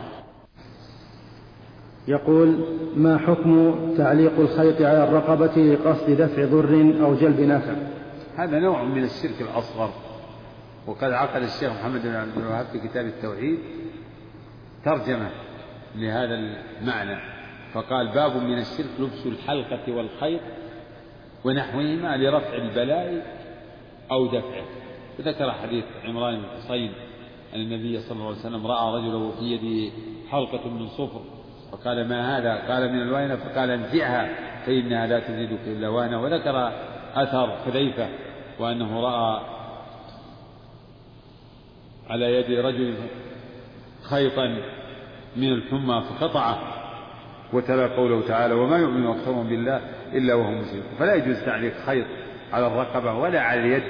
يقول: ما حكم تعليق الخيط على الرقبة لقصد دفع ضر أو جلب نفع؟ هذا نوع من الشرك الأصغر، وقد عقد الشيخ محمد بن عبد الوهاب في كتاب التوحيد ترجمة لهذا المعنى فقال: باب من الشرك لبس الحلقة والخيط ونحوهما لرفع البلاء أو دفعه. وذكر حديث عمران بن حصين أن النبي صلى الله عليه وسلم رأى رجلا وفي يده حلقة من صفر فقال: ما هذا؟ قال: من الوينة. فقال: انزعها فإنها لا تزيدك إلا وانا. وذكر أثر حذيفة وأنه رأى على يد رجل خيطا من الحمى فقطعه، وتلا قوله تعالى: وما يؤمن أكثرهم بالله إلا وهم مشركون. فلا يجوز تعليق خيط على الرقبة ولا على اليد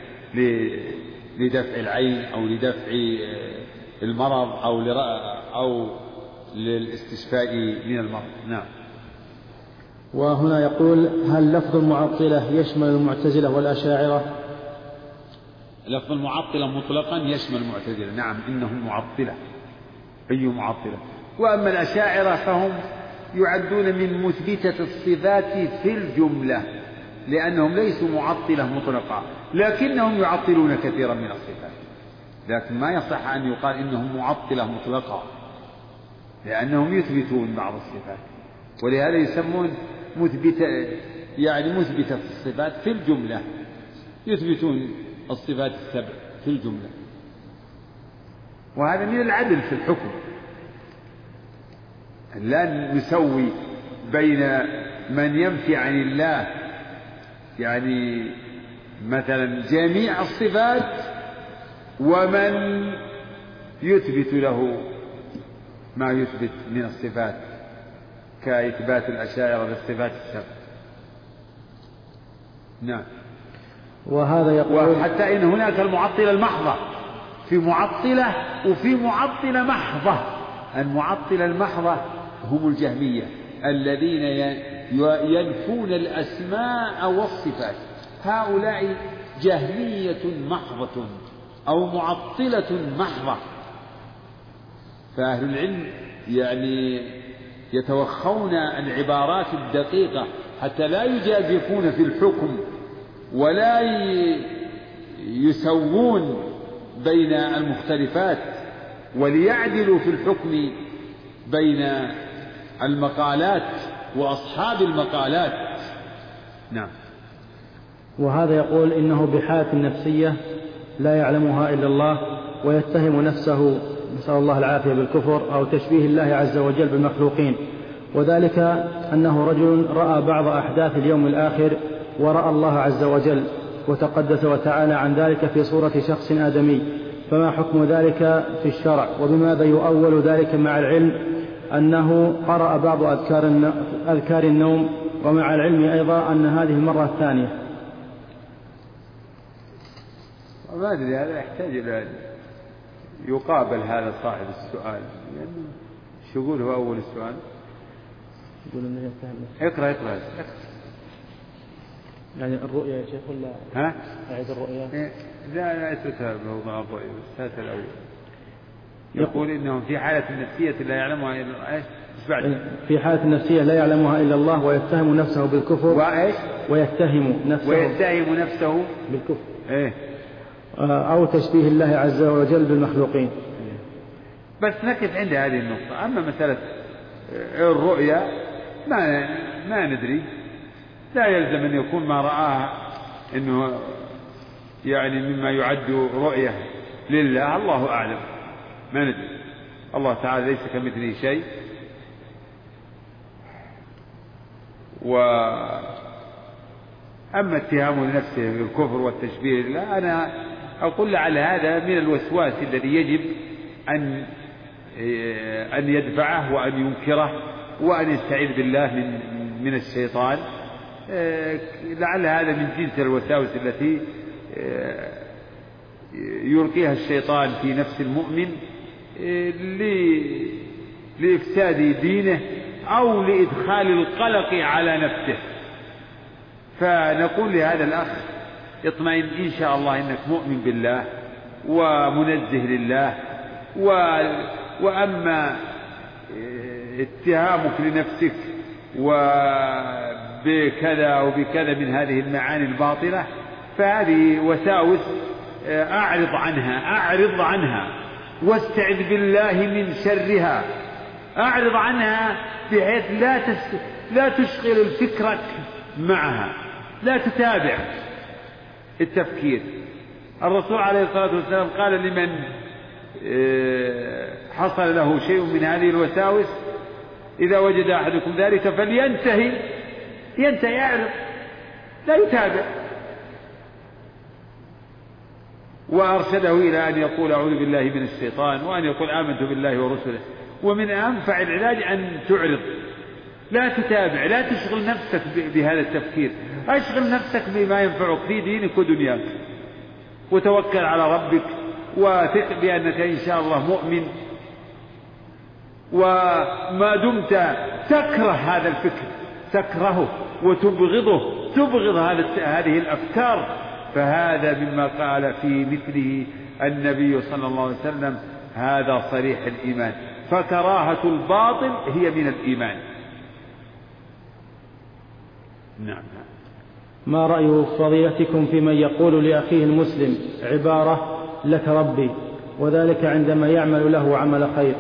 لدفع العين أو لدفع المرض أو أو للاستشفاء من المرض. نعم. وهنا يقول: هل لفظ المعطلة يشمل المعتزلة والأشاعرة؟ لفظ المعطلة مطلقا يشمل المعتزلة، نعم إنهم معطلة أي معطلة. وأما الأشاعرة فهم يعدون من مثبتة الصفات في الجملة لأنهم ليسوا معطلة مطلقة لكنهم يعطلون كثيرا من الصفات، لكن ما يصح أن يقال إنهم معطلة مطلقة لأنهم يثبتون بعض الصفات، ولهذا يسمون مثبتة يعني مثبتة الصفات في الجملة، يثبتون الصفات السبع في الجملة. وهذا من العدل في الحكم، لا نسوي بين من ينفي عن الله يعني مثلا جميع الصفات ومن يثبت له ما يثبت من الصفات كإثبات الأشاعرة للصفات السبع. نعم. وهذا يقول: وحتى إن هناك المعطلة المحضة، في معطلة وفي معطلة محضة. المعطلة المحضة هم الجهمية الذين ينفون الأسماء والصفات، هؤلاء جهمية محضة أو معطلة محضة. فأهل العلم يعني يتوخون العبارات الدقيقة حتى لا يجازفون في الحكم ولا يسوون بين المختلفات وليعدلوا في الحكم بين المقالات وأصحاب المقالات. نعم. وهذا يقول: إنه بحالة نفسية لا يعلمها إلا الله ويتهم نفسه نسأل الله العافية بالكفر أو تشبيه الله عز وجل بالمخلوقين، وذلك أنه رجل رأى بعض أحداث اليوم الآخر ورأى الله عز وجل وتقدس وتعالى عن ذلك في صورة شخص آدمي، فما حكم ذلك في الشرع؟ وبماذا يؤول ذلك مع العلم أنه قرأ بعض أذكار, أذكار النوم ومع العلم أيضا أن هذه المرة الثانية؟ ما أدري، هذا يحتاج إلى يقابل هذا صاحب السؤال، يعني شو يقول هو أول السؤال؟ يقول إنه يتهم اقرأ اقرأ اقرأ يعني الرؤيا يا شيخ ولا ها؟ أعيد الرؤيا؟ إيه؟ لا لا اتركها بموضوع الرؤيا بس هات الأول. يقول إنهم في حالة نفسية لا يعلمها إلا الله. في حالة نفسية لا يعلمها إلا الله ويتهم نفسه بالكفر. وإيش؟ ويتهم نفسه ويتهم نفسه بالكفر. إيه؟ أو تشبيه الله عز وجل بالمخلوقين. بس نقف عند هذه النقطة. أما مسألة الرؤيا ما ما ندري، لا يلزم أن يكون ما رآه إنه يعني مما يعد رؤية لله، الله أعلم، ما ندري. الله تعالى ليس كمثله شيء. وأما اتهامه لنفسه بالكفر والتشبيه لله، أنا أقول لعل هذا من الوسواس الذي يجب أن أن يدفعه وأن ينكره وأن يستعيذ بالله من من الشيطان. لعل هذا من جنس الوساوس التي يلقيها الشيطان في نفس المؤمن لإفساد دينه أو لإدخال القلق على نفسه. فنقول لهذا الأخ اطمئن إن شاء الله إنك مؤمن بالله ومنزه لله. و... وأما اتهامك لنفسك وبكذا وبكذا من هذه المعاني الباطلة فهذه وساوس، أعرض عنها أعرض عنها واستعذ بالله من شرها. أعرض عنها بحيث لا تس... لا تشغل الفكرة معها، لا تتابع التفكير. الرسول عليه الصلاة والسلام قال لمن حصل له شيء من هذه الوساوس إذا وجد أحدكم ذلك فلينتهي ينتهي يعرض لا يتابع. وأرشده إلى أن يقول أعوذ بالله من الشيطان وأن يقول آمنت بالله ورسله. ومن أنفع العلاج أن تعرض، لا تتابع، لا تشغل نفسك بهذا التفكير. أشغل نفسك بما ينفعك في دينك ودنياك، وتوكل على ربك وثق بأنك إن شاء الله مؤمن. وما دمت تكره هذا الفكر تكرهه وتبغضه تبغض هذه الأفكار، فهذا مما قال في مثله النبي صلى الله عليه وسلم هذا صريح الإيمان. فكراهة الباطل هي من الإيمان. نعم. ما رأي فضيلتكم في من يقول لأخيه المسلم عبارة لك ربي وذلك عندما يعمل له عمل خير؟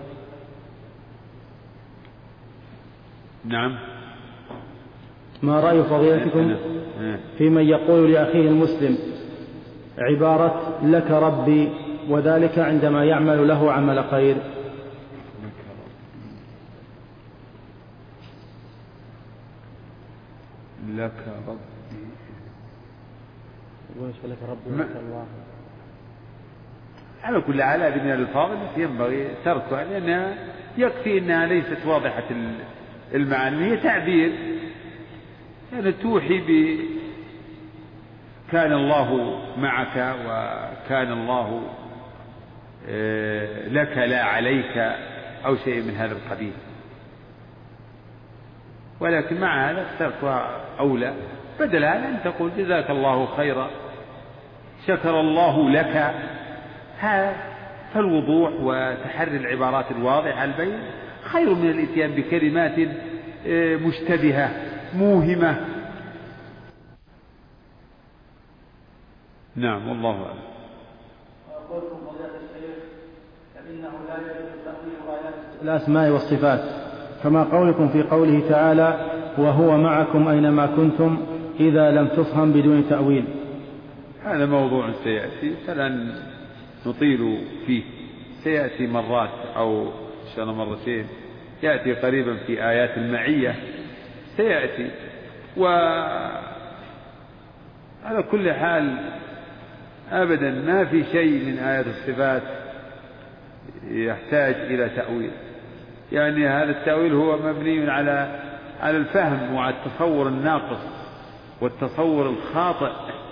نعم. ما رأي فضيلتكم في من يقول لأخيه المسلم عبارة لك ربي وذلك عندما يعمل له عمل خير؟ لك ربي لك ربي لك الله. على كل حال هذه من الألفاظ التي ينبغي تركها، لأنها يكفي أنها ليست واضحة المعاني، هي تعبير يعني توحي ب كان الله معك وكان الله لك لا عليك أو شيء من هذا القبيل. ولكن مع هذا تركها أولى، بدل هذا أن تقول جزاك الله خيرا شكر الله لك. فالوضوح وتحري العبارات الواضحة البين خير من الاتيان بكلمات مشتبهة موهمة. نعم والله أعلم. قلتم فضيلة الشيخ فإنه لا يجوز تأويل آيات الأسماء والصفات، كما قولكم في قوله تعالى وهو معكم أينما كنتم إذا لم تفهم بدون تأويل. هذا موضوع سيأتي فلن نطيل فيه، سيأتي مرات أو إن شاء الله مرتين، يأتي قريبا في آيات المعية سيأتي. وعلى كل حال أبدا ما في شيء من آيات الصفات يحتاج إلى تأويل، يعني هذا التأويل هو مبني على على الفهم وعلى التصور الناقص والتصور الخاطئ.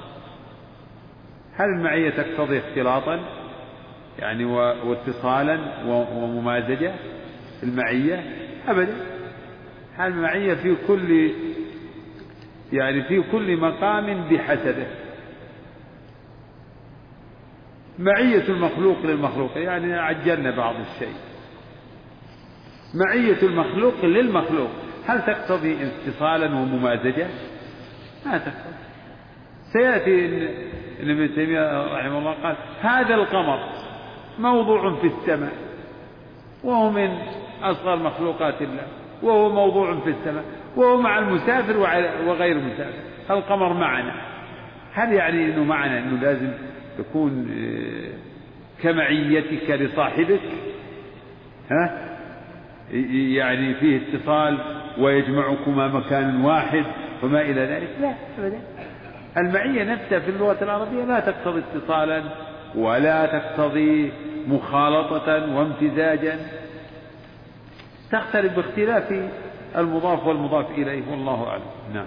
هل المعية تقتضي اختلاطا يعني واتصالا وممازجة المعية؟ أبدا. هل المعية في كل يعني في كل مقام بحسبه. معية المخلوق للمخلوق يعني عجلنا بعض الشيء. معية المخلوق للمخلوق هل تقتضي اتصالا وممازجة؟ ما تقتضي. سيأتي إن ابن تيمية رحمه الله قال هذا القمر موضوع في السماء وهو من أصغر مخلوقات الله وهو موضوع في السماء وهو مع المسافر وغير المسافر. القمر معنا، هل يعني أنه معنا أنه لازم يكون كمعيتك لصاحبك؟ ها؟ يعني فيه اتصال ويجمعكما مكان واحد وما إلى ذلك؟ لا أبدا. المعية نفسها في اللغة العربية لا تقتضي اتصالا ولا تقتضي مخالطة وامتزاجا، تختلف باختلاف المضاف والمضاف إليه، والله أعلم. نعم.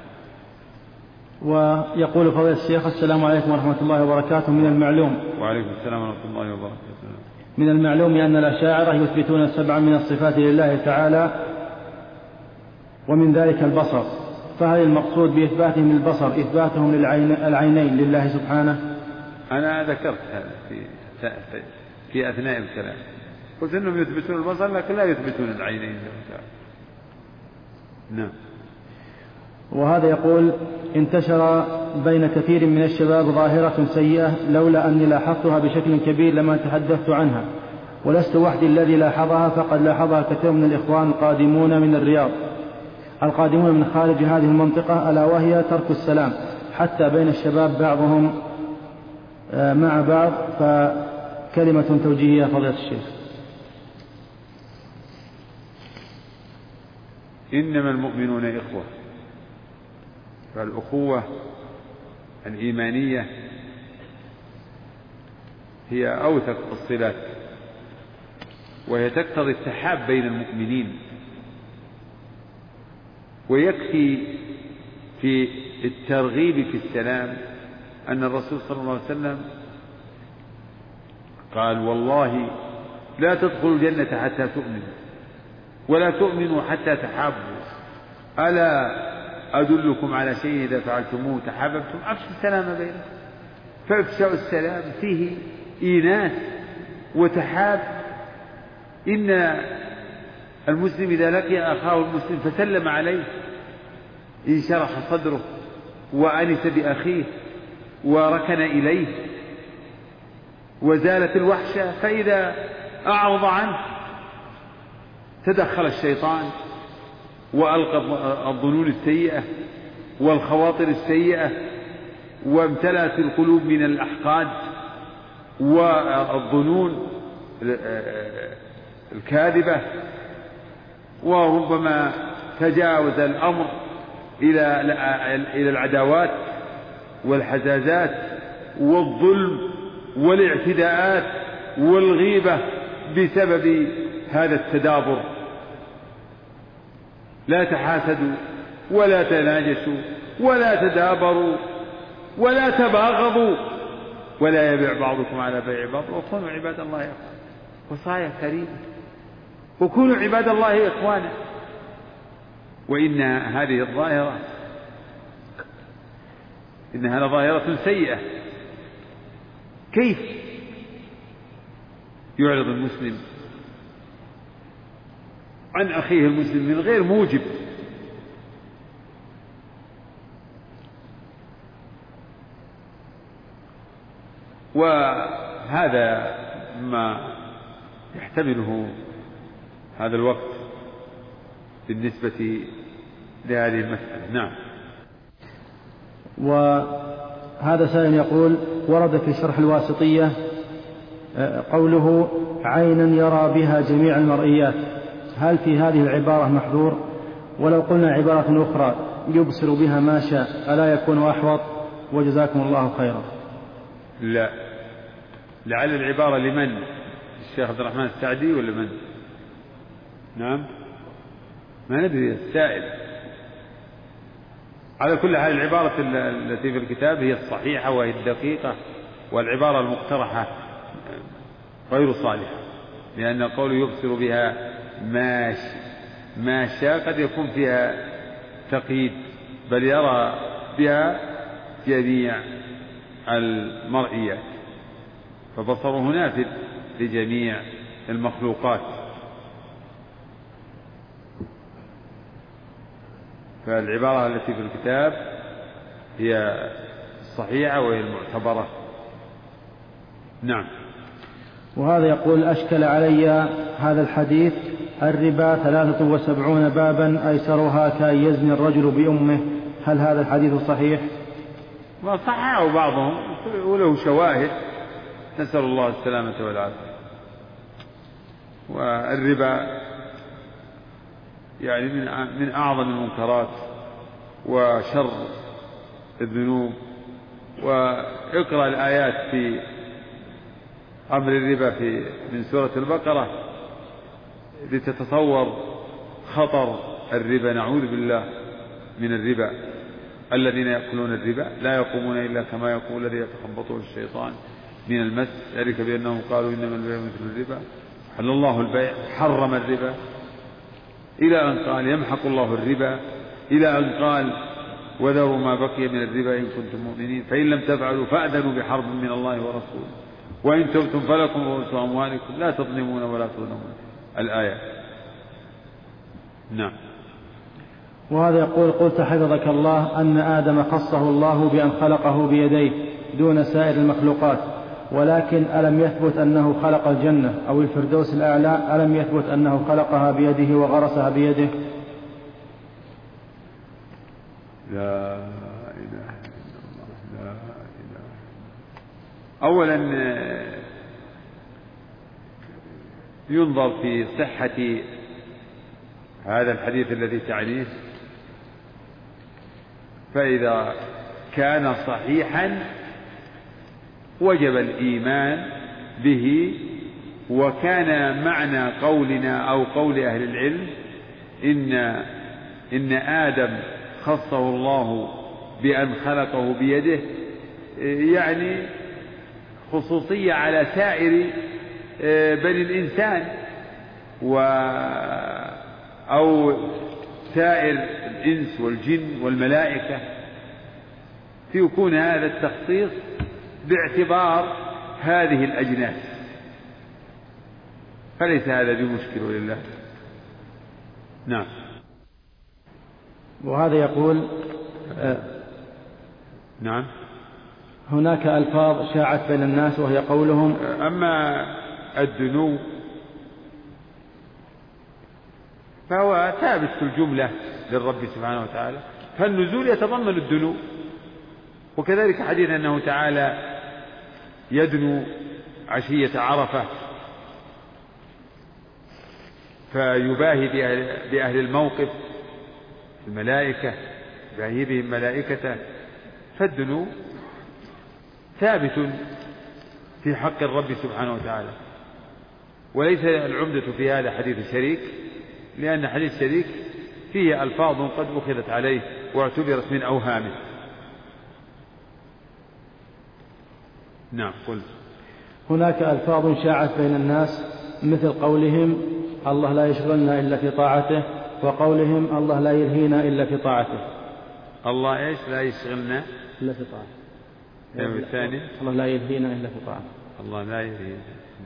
ويقول فضيلة الشيخ السلام عليكم ورحمة الله وبركاته. من المعلوم وعليكم السلام ورحمة الله وبركاته. من المعلوم أن الأشاعرة يثبتون سبعا من الصفات لله تعالى ومن ذلك البصر، فهل المقصود بإثباتهم البصر إثباتهم للعينين لله سبحانه؟ أنا ذكرت هذا في في أثناء الكلام، قلت أنهم يثبتون البصر لكن لا يثبتون العينين. نعم. وهذا يقول انتشر بين كثير من الشباب ظاهرة سيئة لولا أني لاحظتها بشكل كبير لما تحدثت عنها، ولست وحدي الذي لاحظها، فقد لاحظها كثير من الإخوان القادمون من الرياض القادمون من خارج هذه المنطقة، ألا وهي ترك السلام حتى بين الشباب بعضهم مع بعض. فكلمة توجيهية فضيلة الشيخ. إنما المؤمنون إخوة، فالأخوة الإيمانية هي أوثق الصلات، وهي تقتضي التحاب بين المؤمنين. ويكفي في الترغيب في السلام أن الرسول صلى الله عليه وسلم قال والله لا تدخلوا الجنة حتى تؤمنوا ولا تؤمنوا حتى تحابوا، ألا أدلكم على شيء إذا فعلتموه تحاببتم؟ أفشوا السلام بينكم. فافشوا السلام فيه إيناس وتحاب. إن المسلم إذا لقي أخاه المسلم فسلم عليه انشرح صدره وأنس بأخيه وركن إليه وزالت الوحشة. فإذا أعرض عنه تدخل الشيطان وألقى الظنون السيئة والخواطر السيئة، وامتلأت القلوب من الأحقاد والظنون الكاذبة، وربما تجاوز الأمر إلى إلى العداوات والحزازات والظلم والاعتداءات والغيبة بسبب هذا التدابر. لا تحاسدوا ولا تناجسوا ولا تدابروا ولا تباغضوا ولا يبيع بعضكم على بيع بعض، وكونوا عباد الله إخوانا. وصايا كريمة، وكونوا عباد الله إخوانا. وإن هذه الظاهرة إنها ظاهرة سيئة. كيف يعرض المسلم عن أخيه المسلم من غير موجب؟ وهذا ما يحتمله هذا الوقت بالنسبة لهذه المسألة. نعم. وهذا سائل يقول ورد في شرح الواسطية قوله عينا يرى بها جميع المرئيات، هل في هذه العبارة محذور؟ ولو قلنا عبارة أخرى يبصر بها ما شاء ألا يكون أحوط؟ وجزاكم الله خيرا. لا، لعل العبارة لمن؟ الشيخ عبد الرحمن السعدي ولا من؟ نعم ما ندري السائل. على كل حال العبارة التي في الكتاب هي الصحيحة وهي الدقيقة، والعبارة المقترحة غير صالحة، لأن القول يبصر بها ما شاء قد يكون فيها تقييد، بل يرى بها جميع المرئيات. فبصره نافذ لجميع المخلوقات. فالعبارة التي في الكتاب هي الصحيحة وهي المعتبرة. نعم. وهذا يقول: أشكل علي هذا الحديث: الربا ثلاثة وسبعون بابا أيسرها كأن يزني الرجل بأمه، هل هذا الحديث صحيح؟ وصححه بعضهم وله شواهد، نسأل الله السلامة والعافية. والربا يعني من من أعظم المنكرات وشر الذنوب. واقرأ الآيات في أمر الربا في من سورة البقرة لتتصور خطر الربا، نعوذ بالله من الربا. الذين يأكلون الربا لا يقومون إلا كما يقول الذي يتخبطه الشيطان من المس، ذلك بأنهم قالوا إنما البيع مثل الربا حل الله البيع حرم الربا، إلى أن قال يمحق الله الربا، إلى أن قال وذروا ما بقي من الربا إن كنتم مؤمنين فإن لم تفعلوا فأذنوا بحرب من الله ورسوله وإن تبتم فلكم رؤوس أموالكم لا تظلمون ولا تظلمون، الآية. نعم. وهذا يقول: قلت حفظك الله أن آدم خصه الله بأن خلقه بيديه دون سائر المخلوقات، ولكن ألم يثبت أنه خلق الجنة أو الفردوس الأعلى؟ ألم يثبت أنه خلقها بيده وغرسها بيده؟ لا إله إلا الله، لا إله. أولا ينظر في صحة هذا الحديث الذي تعنيه، فإذا كان صحيحا وجب الإيمان به. وكان معنى قولنا أو قول أهل العلم إن إن آدم خصه الله بأن خلقه بيده، يعني خصوصية على سائر بني الإنسان و أو سائر الإنس والجن والملائكة، فيكون هذا التخصيص باعتبار هذه الأجناس، فليس هذا بمشكل لله. نعم. وهذا يقول: آه نعم. هناك ألفاظ شاعت بين الناس وهي قولهم: أما الدنو فهو ثابت في الجملة للرب سبحانه وتعالى، فالنزول يتضمن الدنو. وكذلك حديث أنه تعالى يدنو عشية عرفة فيباهي بأهل الموقف الملائكة، يباهي بهم ملائكته، فالدنو ثابت في حق الرب سبحانه وتعالى. وليس العمدة في هذا حديث شريك، لأن حديث شريك فيه ألفاظ قد أخذت عليه واعتبرت من أوهامه. نعم. قل. هناك ألفاظ شاعت بين الناس مثل قولهم: الله لا يشغلنا إلا في طاعته، وقولهم: الله لا يلهينا إلا في طاعته. الله إيش لا يشغلنا إلا في طاعته. يعني الثاني: الله لا يلهينا إلا في طاعته. الله لا يلهينا.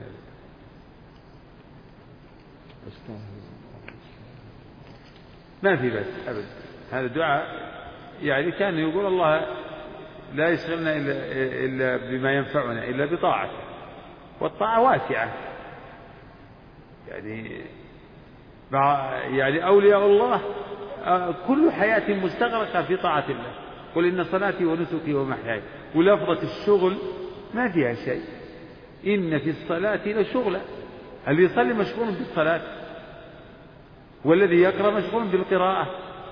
ما في بس أبدا، هذا دعاء يعني كان يقول الله لا يشغلنا إلا, إلا بما ينفعنا إلا بطاعته، والطاعة واسعة، يعني يعني أولياء الله كل حياة مستغرقة في طاعة الله. قل إن صلاتي ونسكي ومحياي، ولفظة الشغل ما فيها شيء، إن في الصلاة لشغلة، اللي يصلي مشغول بالصلاة، والذي يقرأ مشغول بالقراءة،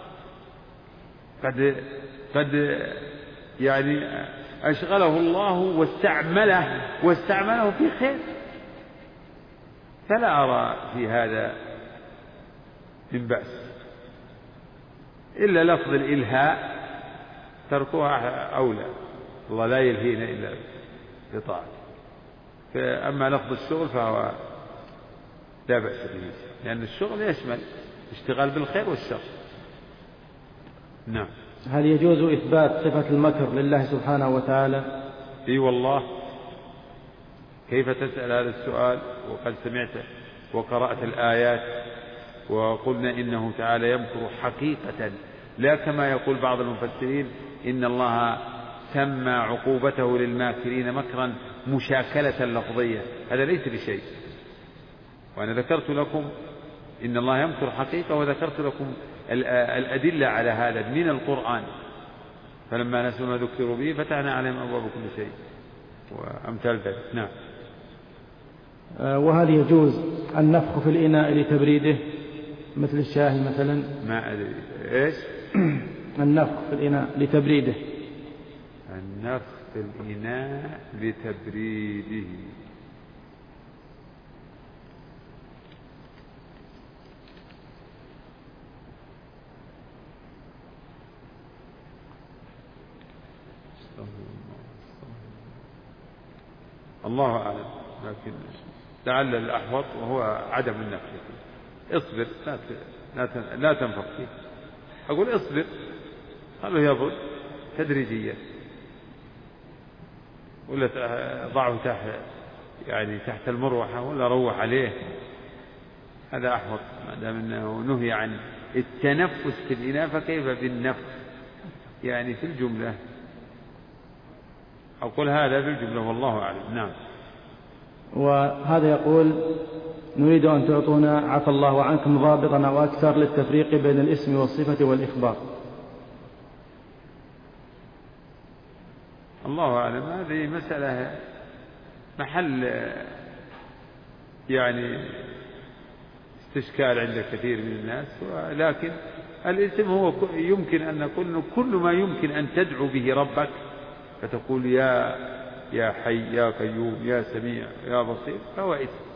قد قد يعني أشغله الله واستعمله واستعمله في خير، فلا أرى في هذا من بأس، إلا لفظ الإلهاء تركوها أولى، الله لا يلهينا إلا بطاعته. فأما لفظ الشغل فهو لا بأس به، لأن الشغل يشمل اشتغال بالخير والشر. نعم. هل يجوز إثبات صفة المكر لله سبحانه وتعالى؟ إي والله، كيف تسأل هذا السؤال وقد سمعت وقرأت الآيات وقلنا إنه تعالى يمكر حقيقة، لا كما يقول بعض المفسرين إن الله سمى عقوبته للماكرين مكرا مشاكلة لفظية، هذا ليس بشيء. وأنا ذكرت لكم إن الله يمكر حقيقة، وذكرت لكم الأدلة على هذا من القرآن، فلما نسوا ما ذكروا به فتحنا عليهم أبواب كل شيء وأمثال ذلك. نعم. وهل يجوز النفخ في الإناء لتبريده مثل الشاهي مثلا؟ ما أدري إيش النفخ في الإناء لتبريده. النفخ في الإناء لتبريده، الله أعلم، لكن لعل الأحوط وهو عدم النفخ فيه. اصبر لا تنفخ فيه، أقول اصبر، خلوه يبرد تدريجيا، ولا ضعه تحت يعني تحت المروحة ولا روح عليه، هذا أحوط ما دام أنه نهي عن التنفس في الإناء، فكيف بالنفخ يعني في الجملة؟ أقول هذا في الجملة والله أعلم. نعم. وهذا يقول نريد أن تعطونا عفى الله عنكم ضابطا أو أكثر للتفريق بين الاسم والصفة والإخبار. الله أعلم، هذه مسألة محل يعني استشكال عند كثير من الناس، ولكن الاسم هو يمكن أن نقول كل ما يمكن أن تدعو به ربك فتقول يا يا حي يا قيوم يا سميع يا بصير فهو اسم،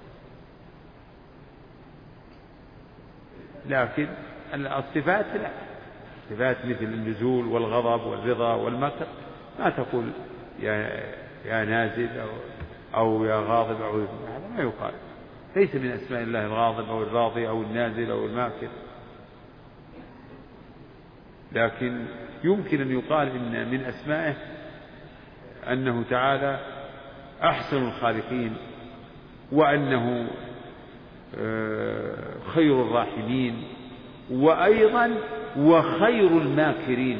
لكن الصفات لا، صفات مثل النزول والغضب والرضا والمكر ما تقول يا يا نازل أو, أو يا غاضب أو هذا ما يقال، ليس من أسماء الله الغاضب أو الراضي أو النازل أو الماكر، لكن يمكن أن يقال إن من أسمائه أنه تعالى أحسن الخالقين، وأنه خير الراحمين، وأيضا وخير الماكرين.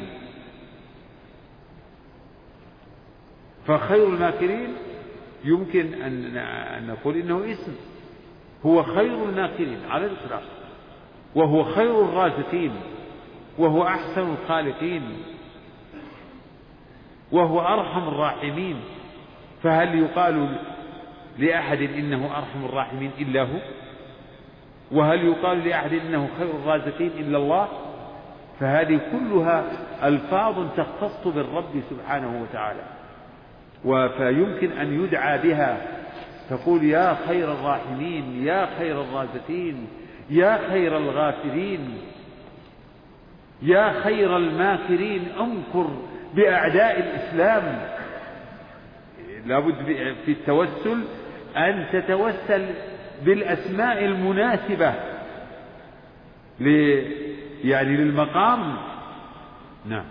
فخير الماكرين يمكن أن نقول إنه اسم، هو خير الماكرين على الإطلاق، وهو خير الرازقين، وهو أحسن الخالقين، وهو أرحم الراحمين. فهل يقال لأحد إنه أرحم الراحمين إلا هو؟ وهل يقال لأحد إنه خير الرازقين إلا الله؟ فهذه كلها ألفاظ تختص بالرب سبحانه وتعالى، فيمكن أن يدعى بها، تقول يا خير الراحمين يا خير الرازقين يا خير الغافرين يا خير الماكرين، امكر بأعداء الإسلام. لابد في التوسل أن تتوسل بالأسماء المناسبة يعني للمقام. نعم.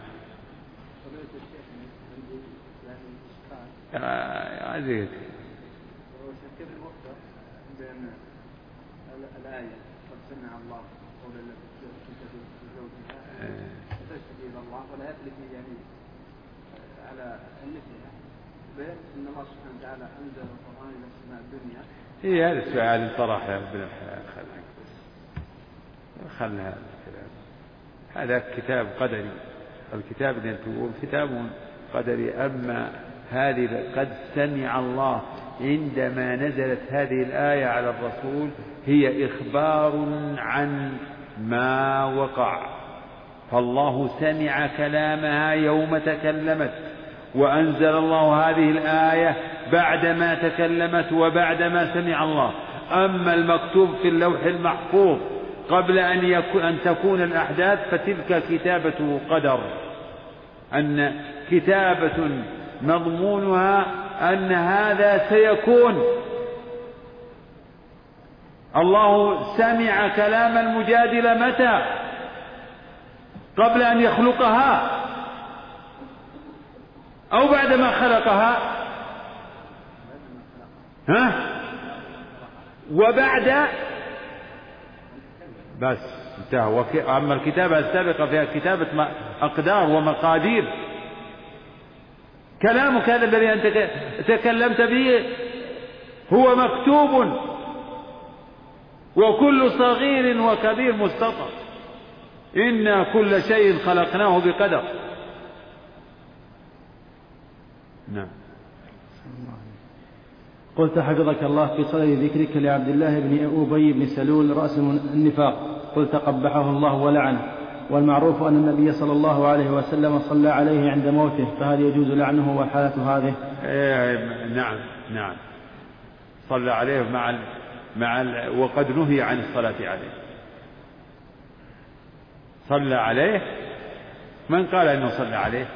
عزيز كيف الوقت بين الآية قد سمع الله قول التي زوجها تشتكي إلى الله ولا يفلت يعني على مثلها، بين إن الله سبحانه وتعالى أنزل القرآن إلى السماء الدنيا. هي هذا السؤال صراحة يا ابن خلك خلنا هذا الكلام، هذا كتاب قدري، الكتاب اللي تقول كتاب قدري. أما هذه قد سمع الله عندما نزلت هذه الآية على الرسول هي إخبار عن ما وقع، فالله سمع كلامها يوم تكلمت، وأنزل الله هذه الآية بعدما تكلمت وبعدما سمع الله. أما المكتوب في اللوح المحفوظ قبل أن, يكون أن تكون الأحداث فتلك كتابة قدر، أن كتابة مضمونها أن هذا سيكون. الله سمع كلام المجادلة متى؟ قبل أن يخلقها أو بعدما خلقها؟ ها؟ وبعد بس انتهى. أما الكتابة السابقة فيها كتابة أقدار ومقادير. كلامك هذا الذي أنت تكلمت به هو مكتوب، وكل صغير وكبير مستطر. إنا كل شيء خلقناه بقدر. نعم. قلت حفظك الله في صدر ذكرك لعبد الله بن أبي بن سلول رأس النفاق، قلت قبحه الله ولعنه، والمعروف أن النبي صلى الله عليه وسلم صلى عليه عند موته، فهل يجوز لعنه وحالة هذه؟ إيه نعم نعم، صلى عليه مع ال مع ال وقد نهي عن الصلاة عليه. صلى عليه، من قال أنه صلى عليه؟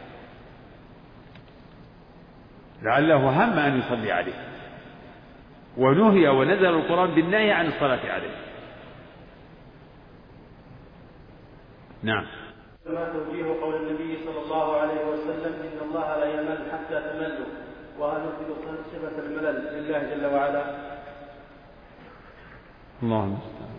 لعله هم أن يصلي عليه، ونهي ونزل القرآن بالنهي عن الصلاة عليه. نعم. ما توجيه قول النبي صلى الله عليه وسلم إن الله لا يمل حتى تملوا، وهل نثبت صفة الملل لله جل وعلا؟ الله المستعان.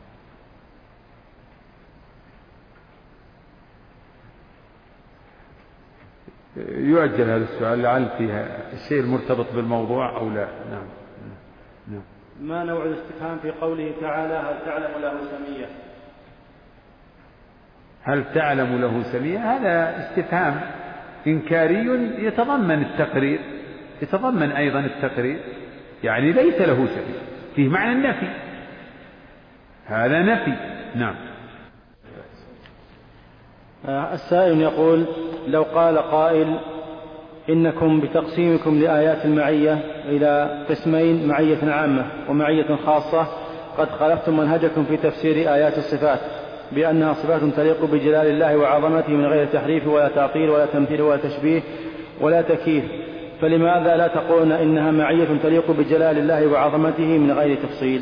يؤجل هذا السؤال لعل فيها الشيء المرتبط بالموضوع أو لا. نعم. نعم. ما نوع الاستفهام في قوله تعالى هل تعلم له سمية؟ هل تعلم له سمية؟ هذا استفهام إنكاري يتضمن التقرير، يتضمن أيضا التقرير، يعني ليس له سمية، فيه معنى النفي، هذا نفي. نعم. السائل يقول لو قال قائل إنكم بتقسيمكم لآيات المعية إلى قسمين، معية عامة ومعية خاصة، قد خالفتم منهجكم في تفسير آيات الصفات بأنها صفات تليق بجلال الله وعظمته من غير تحريف ولا تعطيل ولا تمثيل ولا تشبيه ولا تكييف، فلماذا لا تقولون إنها معية تليق بجلال الله وعظمته من غير تفصيل؟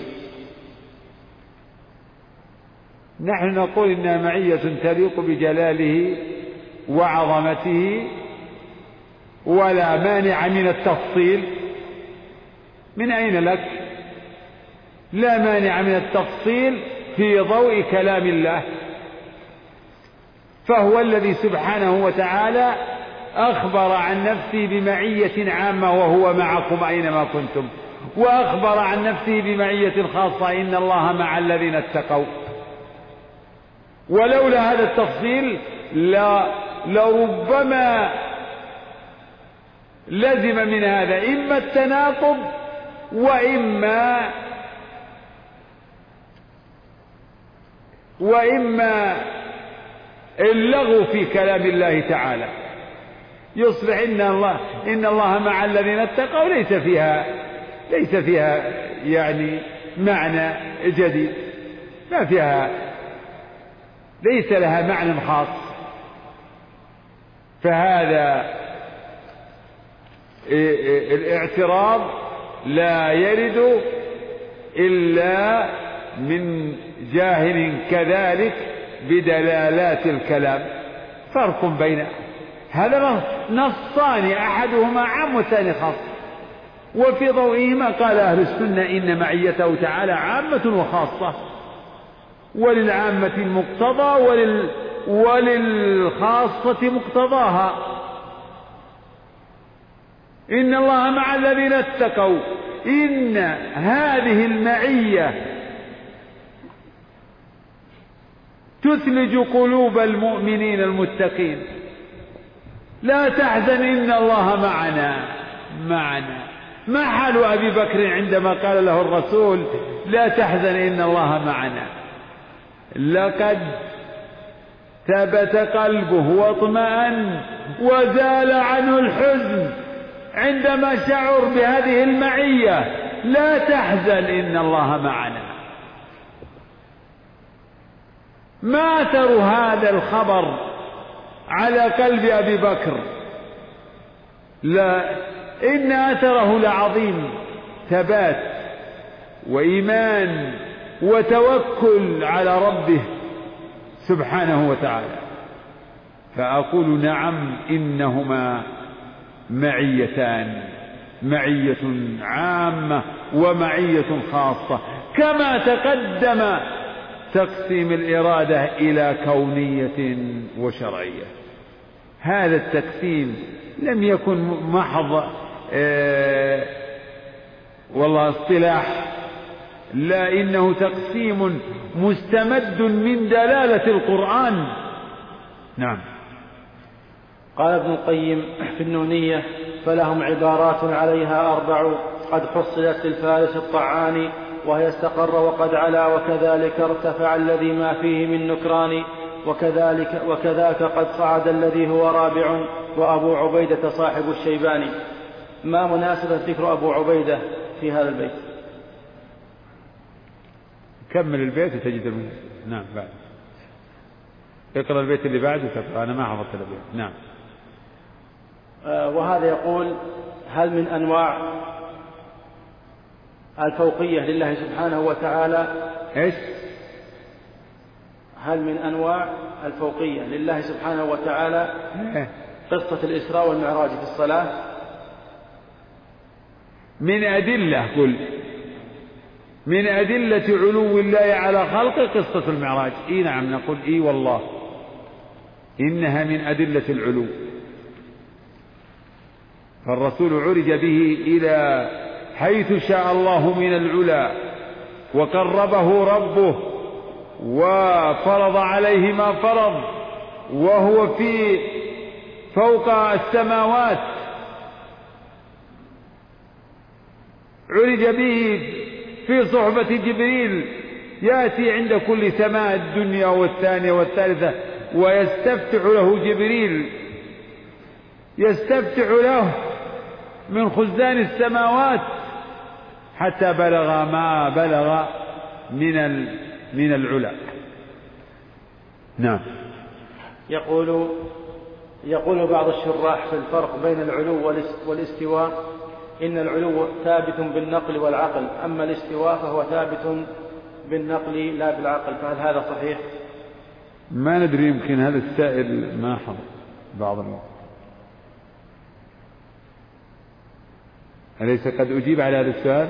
نحن نقول إنها معية تليق بجلاله وعظمته ولا مانع من التفصيل. من أين لك؟ لا مانع من التفصيل في ضوء كلام الله، فهو الذي سبحانه وتعالى أخبر عن نفسه بمعية عامة وهو معكم أينما كنتم، وأخبر عن نفسه بمعية خاصة إن الله مع الذين اتقوا. ولولا هذا التفصيل لربما لزم من هذا إما التناقض وإما وإما اللغو في كلام الله تعالى، يصبح إن الله إن الله مع الذين اتقوا ليس فيها ليس فيها يعني معنى جديد، ما فيها، ليس لها معنى خاص. فهذا الاعتراض لا يرد إلا من جاهل كذلك بدلالات الكلام. فرق بين هذا نصان أحدهما عام والثاني خاص، وفي ضوئهما قال أهل السنة إن معيته تعالى عامة وخاصة، وللعامة المقتضى ولل وللخاصة مقتضاها. إن الله مع الذين اتقوا، إن هذه المعية تثلج قلوب المؤمنين المتقين. لا تحزن إن الله معنا معنا ما حال أبي بكر عندما قال له الرسول لا تحزن إن الله معنا؟ لقد ثبت قلبه واطمأن وزال عنه الحزن عندما شعر بهذه المعية. لا تحزن إن الله معنا. ما أثر هذا الخبر على قلب أبي بكر؟ لا، إن أثره لعظيم، ثبات وإيمان وتوكل على ربه سبحانه وتعالى. فأقول نعم، إنهما معيتان معية عامة ومعية خاصة، كما تقدم تقسيم الإرادة إلى كونية وشرعية. هذا التقسيم لم يكن محض آه والله اصطلاح، لا، إنه تقسيم مستمد من دلالة القرآن. نعم. قال ابن القيم في النونية: فلهم عبارات عليها أربع قد حصلت للفارس الطعان، وهي استقر وقد علا، وكذلك ارتفع الذي ما فيه من نكران، وكذلك وكذاك قد صعد الذي هو رابع، وأبو عبيدة صاحب الشيباني. ما مناسبة ذكر أبو عبيدة في هذا البيت؟ كمل البيت وتجد المناسبة. نعم. بعد اقرأ البيت اللي بعده تقرأ. أنا ما حفظت البيت. نعم. آه وهذا يقول: هل من أنواع الفوقية لله سبحانه وتعالى إيش؟ هل من أنواع الفوقية لله سبحانه وتعالى قصة الإسراء والمعراج في الصلاة؟ من أدلة كل من أدلة علو الله على خلقه قصة المعراج. إيه نعم، نقول إيه والله إنها من أدلة العلو. فالرسول عرج به إلى حيث شاء الله من العلا، وقربه ربه وفرض عليه ما فرض، وهو في فوق السماوات. عرج به في صحبة جبريل، يأتي عند كل سماء الدنيا والثانية والثالثة، ويستفتح له جبريل، يستفتح له من خزان السماوات حتى بلغ ما بلغ من من العلا. نعم. يقول يقول بعض الشراح في الفرق بين العلو والاستواء: إن العلو ثابت بالنقل والعقل، أما الاستواء فهو ثابت بالنقل لا بالعقل. فهل هذا صحيح؟ ما ندري، يمكن هذا السائل ما حضر بعض الوقت. أليس قد أجيب على هذا السؤال؟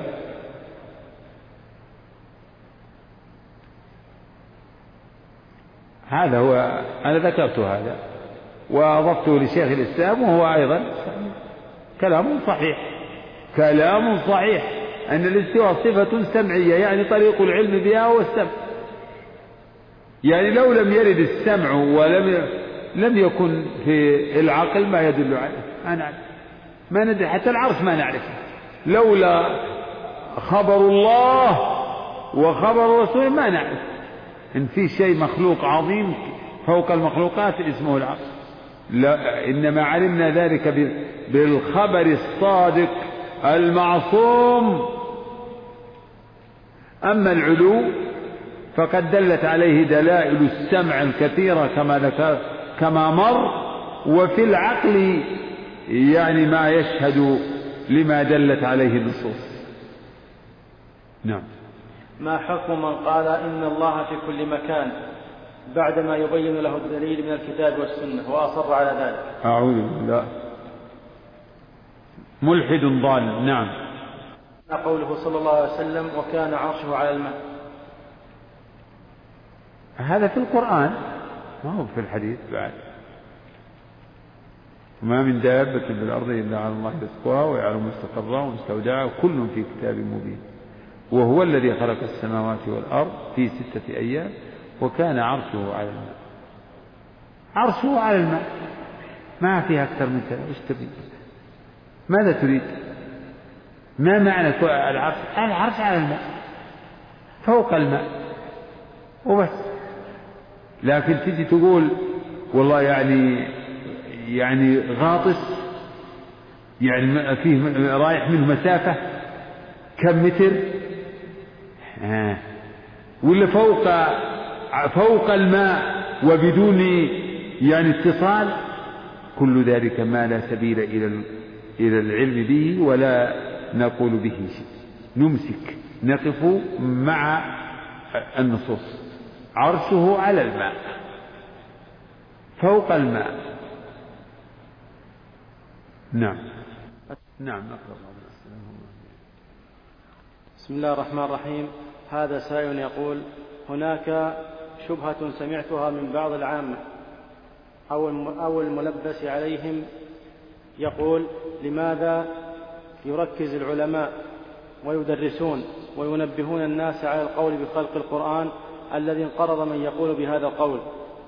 هذا هو، أنا ذكرت هذا وأضفته لشيخ الإسلام، وهو أيضا كلام صحيح، كلام صحيح أن الاستواء صفة سمعية، يعني طريق العلم بها هو السمع. يعني لو لم يرد السمع ولم لم يكن في العقل ما يدل عليه، ما نعرف، ما ندري، حتى العرش ما نعرفه لولا خبر الله وخبر رسوله ما نعرف إن في شيء مخلوق عظيم فوق المخلوقات اسمه العرش. لا، إنما علمنا ذلك بالخبر الصادق المعصوم. أما العلو فقد دلت عليه دلائل السمع الكثيرة كما ذكر كما مر، وفي العقل يعني ما يشهد لما دلت عليه النصوص. نعم. ما حكم من قال إن الله في كل مكان بعدما يبين له الدليل من الكتاب والسنة وأصر على ذلك؟ أعوذ بالله، ملحد ضال. نعم. قوله صلى الله عليه وسلم: وكان عرشه على الماء، هذا في القرآن ما هو في الحديث بعد. وما من دابة في الأرض إلا على الله رزقها ويعلم مستقرها ومستودعها كل في كتاب مبين. وهو الذي خلق السماوات والأرض في ستة أيام وكان عرشه على الماء. عرشه على الماء، ما فيها أكثر من كذا. وش تبي؟ ماذا تريد؟ ما معنى العرش؟ العرش على الماء، فوق الماء وبس. لكن تجي تقول والله يعني يعني غاطس، يعني فيه رايح منه مسافة كم متر، آه. ولا فوق فوق الماء وبدون يعني اتصال، كل ذلك ما لا سبيل إلى إلى العلم به ولا نقول به شيء. نمسك نقف مع النصوص. عرشه على الماء فوق الماء. نعم. نعم نقرأ. بسم الله الرحمن الرحيم. هذا سائل يقول: هناك شبهة سمعتها من بعض العامة أو الملبس عليهم، يقول: لماذا يركز العلماء ويدرسون وينبهون الناس على القول بخلق القرآن الذي انقرض من يقول بهذا القول؟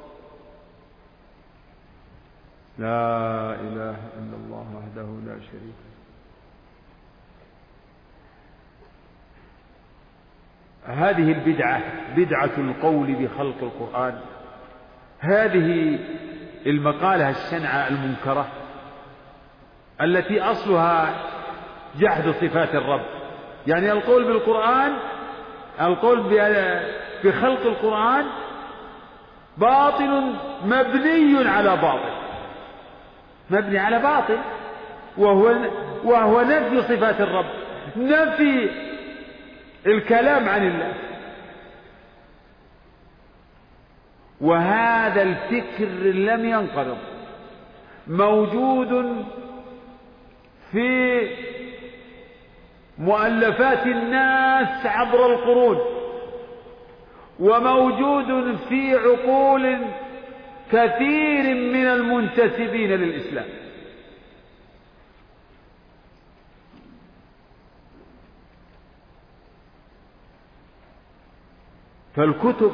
لا إله إلا الله وحده لا شريك له. هذه البدعة بدعة القول بخلق القرآن، هذه المقالة الشنعة المنكرة التي أصلها جحد صفات الرب، يعني القول بالقرآن، القول بخلق القرآن باطل مبني على باطل، مبني على باطل، وهو, وهو نفي صفات الرب، نفي الكلام عن الله. وهذا الفكر لم ينقرض، موجود في مؤلفات الناس عبر القرون، وموجود في عقول كثير من المنتسبين للإسلام. فالكتب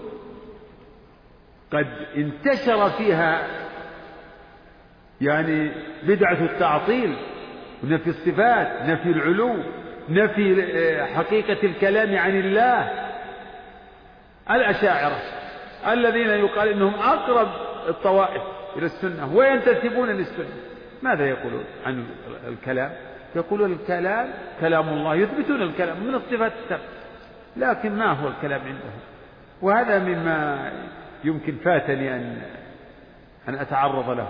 قد انتشر فيها يعني بدعة التعطيل ونفي الصفات، نفي العلو، نفي حقيقة الكلام عن الله. الأشاعرة الذين يقال إنهم أقرب الطوائف إلى السنة وينتسبون للسنة، ماذا يقولون عن الكلام؟ يقولون الكلام كلام الله، يثبتون الكلام من الصفات السبع، لكن ما هو الكلام عندهم؟ وهذا مما يمكن فاتني أن أن أتعرض له.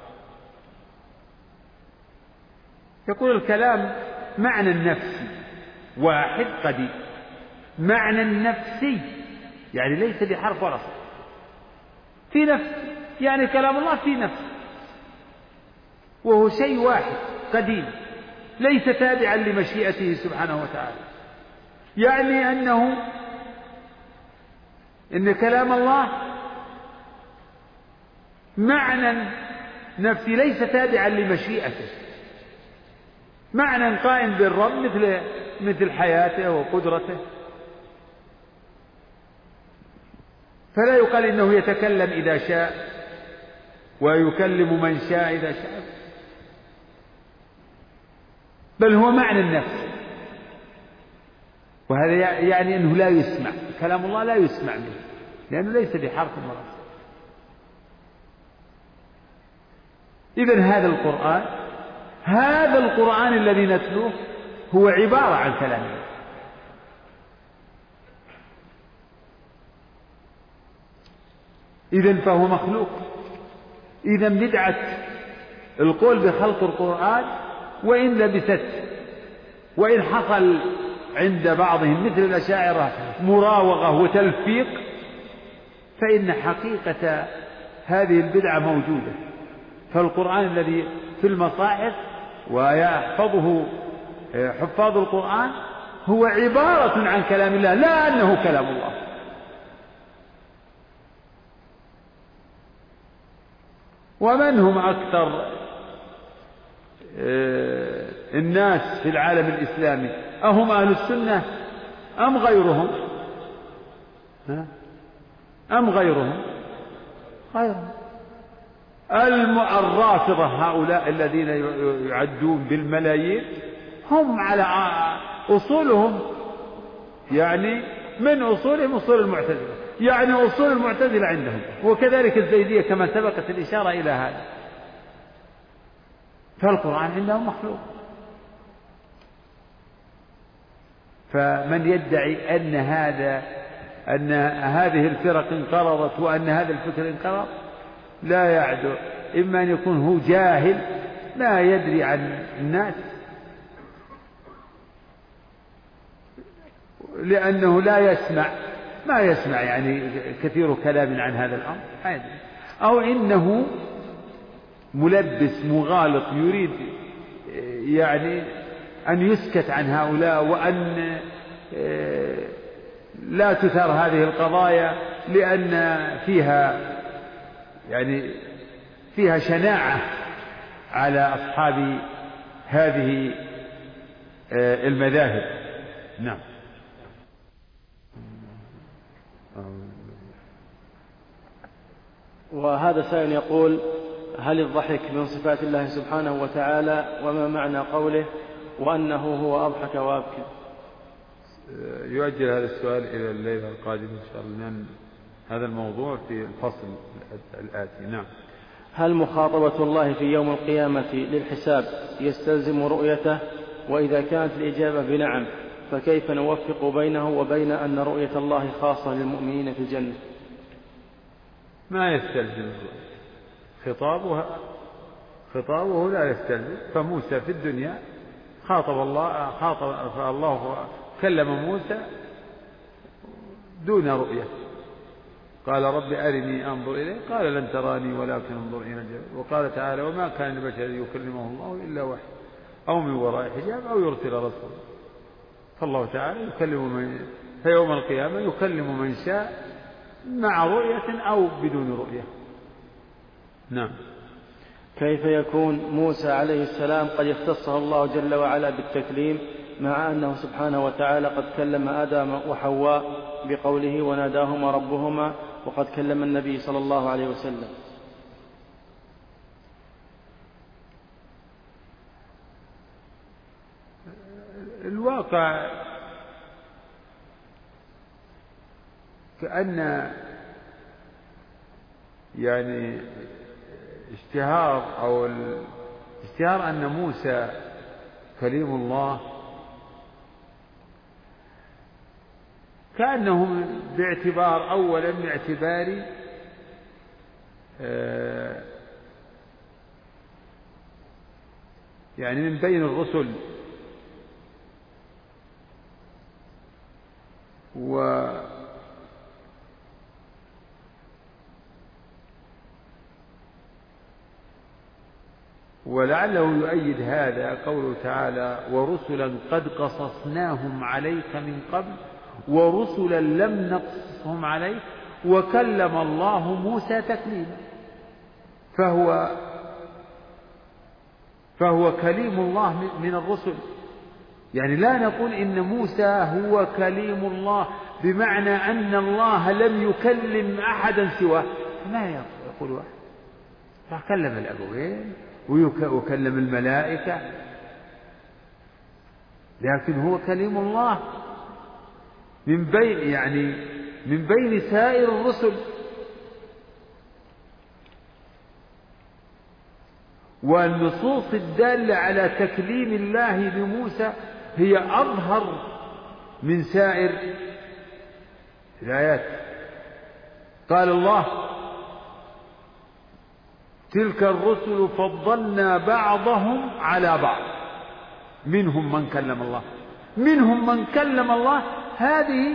يقول الكلام معنى النفسي واحد قديم، معنى النفسي يعني ليس بحرف ولا صوت، في نفس، يعني كلام الله في نفس، وهو شيء واحد قديم ليس تابعا لمشيئته سبحانه وتعالى. يعني أنه إن كلام الله معنى نفسي ليس تابعا لمشيئته، معنى قائم بالرب مثل مثل حياته وقدرته، فلا يقال إنه يتكلم إذا شاء ويكلم من شاء إذا شاء، بل هو معنى النفس. وهذا يعني أنه لا يسمع، كلام الله لا يسمع منه لأنه ليس بحرف ولا صوت. إذن هذا القرآن، هذا القرآن الذي نتلوه هو عبارة عن كلام الله. إذن فهو مخلوق. إذن بدعة القول بخلق القرآن وإن لبست، وإن حصل عند بعضهم مثل الأشاعرة مراوغة وتلفيق، فإن حقيقة هذه البدعة موجودة. فالقرآن الذي في المصاحف ويحفظه حفاظ القرآن هو عبارة عن كلام الله، لا أنه كلام الله. ومن هم أكثر الناس في العالم الإسلامي؟ أهم أهل السنة أم غيرهم؟ أم غيرهم؟ غيرهم. الرافضة هؤلاء الذين يعدون بالملايين هم على أصولهم، يعني من أصولهم أصول المعتزلة، يعني أصول المعتزلة عندهم، وكذلك الزيدية كما سبقت الإشارة إلى هذا. فالقرآن عندهم مخلوق. فمن يدعي أن هذا أن هذه الفرق انقرضت وأن هذا الفكر انقرض لا يعذر، إما أن يكون هو جاهل لا يدري عن الناس لأنه لا يسمع، ما يسمع يعني كثير كلام عن هذا الأمر، أو إنه ملبس مغالط يريد يعني أن يسكت عن هؤلاء، وأن لا تثار هذه القضايا، لأن فيها يعني فيها شناعة على أصحاب هذه المذاهب. نعم. وهذا سائل يقول: هل الضحك من صفات الله سبحانه وتعالى؟ وما معنى قوله وأنه هو أضحك وأبكى؟ يؤجل هذا السؤال إلى الليلة القادمة إن شاء الله، لأن هذا الموضوع في الفصل الآتي. نعم. هل مخاطبة الله في يوم القيامة للحساب يستلزم رؤيته؟ وإذا كانت الإجابة بنعم فكيف نوفق بينه وبين أن رؤية الله خاصة للمؤمنين في الجنة؟ ما يستلزم خطابها، خطابه لا يستلزم. فموسى في الدنيا خاطب الله، خاطب فالله كلم موسى دون رؤية. قال رب أرني أنظر إليه، قال لن تراني ولكن انظر إلى الجبل. وقال تعالى: وما كان لبشر يكلمه الله إلا وحي أو من وراء حجاب أو يرسل رسولا. فالله تعالى يكلم من في يوم القيامة، يكلم من شاء مع رؤية أو بدون رؤية. نعم. كيف يكون موسى عليه السلام قد اختصه الله جل وعلا بالتكليم، مع أنه سبحانه وتعالى قد كلم آدم وحواء بقوله وناداهما ربهما، وقد كلم النبي صلى الله عليه وسلم؟ الواقع كأن يعني اشتهار أو اشتهار أن موسى كليم الله، كأنه باعتبار أولا باعتبار يعني من بين الرسل، و ولعله يؤيد هذا قوله تعالى: ورسلا قد قصصناهم عليك من قبل ورسلا لم نقصصهم عليك وكلم الله موسى تكليما. فهو فهو كليم الله من الرسل. يعني لا نقول إن موسى هو كليم الله بمعنى أن الله لم يكلم أحدا سواه، ما يقول واحد، فكلم الأبوين وكلم الملائكة، لكن هو كليم الله من بين يعني من بين سائر الرسل. والنصوص الدالة على تكليم الله لموسى هي أظهر من سائر الآيات. قال الله: تلك الرسل فضلنا بعضهم على بعض منهم من كلم الله. منهم من كلم الله هذه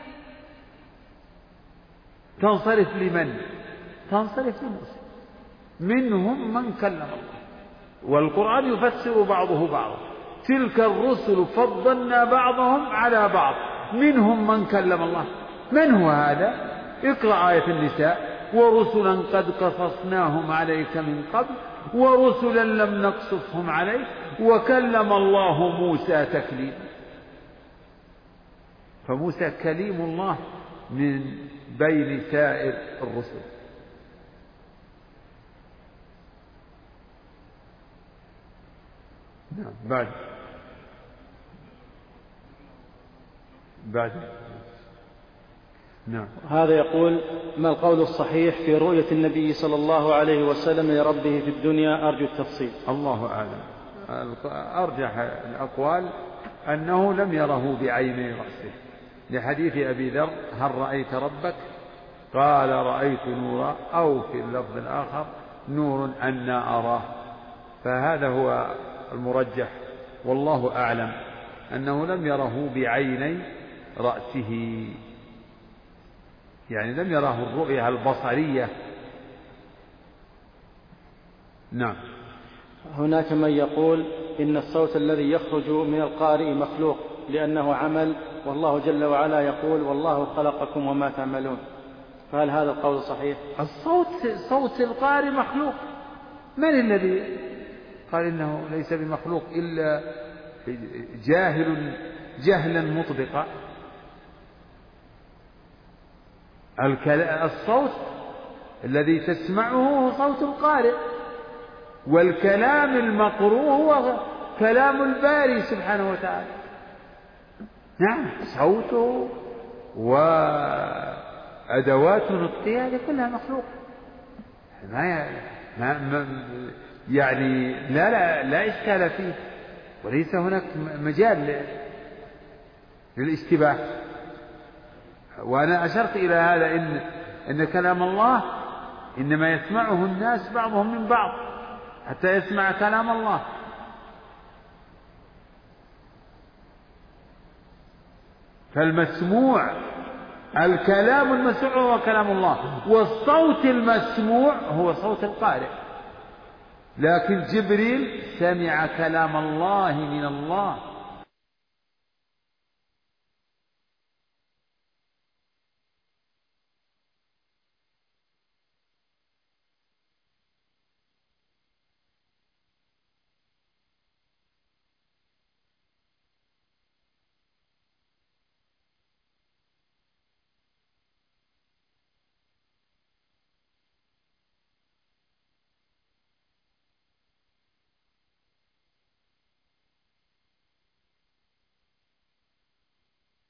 تنصرف لمن؟ تنصرف لموسى. منهم من كلم الله، والقرآن يفسر بعضه بعضا. تلك الرسل فضلنا بعضهم على بعض منهم من كلم الله. من هو هذا؟ اقرأ آية النساء: ورسلا قد قصصناهم عليك من قبل ورسلا لم نقصصهم عليك وكلم الله موسى تكليما. فموسى كليم الله من بين سائر الرسل. نعم. بعد بعد نعم. هذا يقول: ما القول الصحيح في رؤية النبي صلى الله عليه وسلم لربه في الدنيا؟ أرجو التفصيل. الله أعلم. أرجح الأقوال أنه لم يره بعيني رأسه، لحديث أبي ذر: هل رأيت ربك؟ قال: رأيت نورا، أو في اللفظ الآخر: نور أنا أراه. فهذا هو المرجح، والله أعلم، أنه لم يره بعيني رأسه، يعني لم يره الرؤية البصرية. نعم. هناك من يقول إن الصوت الذي يخرج من القارئ مخلوق لأنه عمل، والله جل وعلا يقول والله خلقكم وما تعملون، فهل هذا القول صحيح؟ الصوت صوت القارئ مخلوق. من الذي قال إنه ليس بمخلوق إلا جاهل جهلا مطبقا؟ الصوت الذي تسمعه هو صوت القارئ، والكلام المقروء هو كلام الباري سبحانه وتعالى. نعم، صوته وأدوات نطقه هذه كلها مخلوق. ما يعني لا لا لا إشكال فيه، وليس هناك مجال للاشتباه. وأنا أشرت إلى هذا إن إن كلام الله إنما يسمعه الناس بعضهم من بعض حتى يسمع كلام الله. فالمسموع الكلام المسموع هو كلام الله، والصوت المسموع هو صوت القارئ. لكن جبريل سمع كلام الله من الله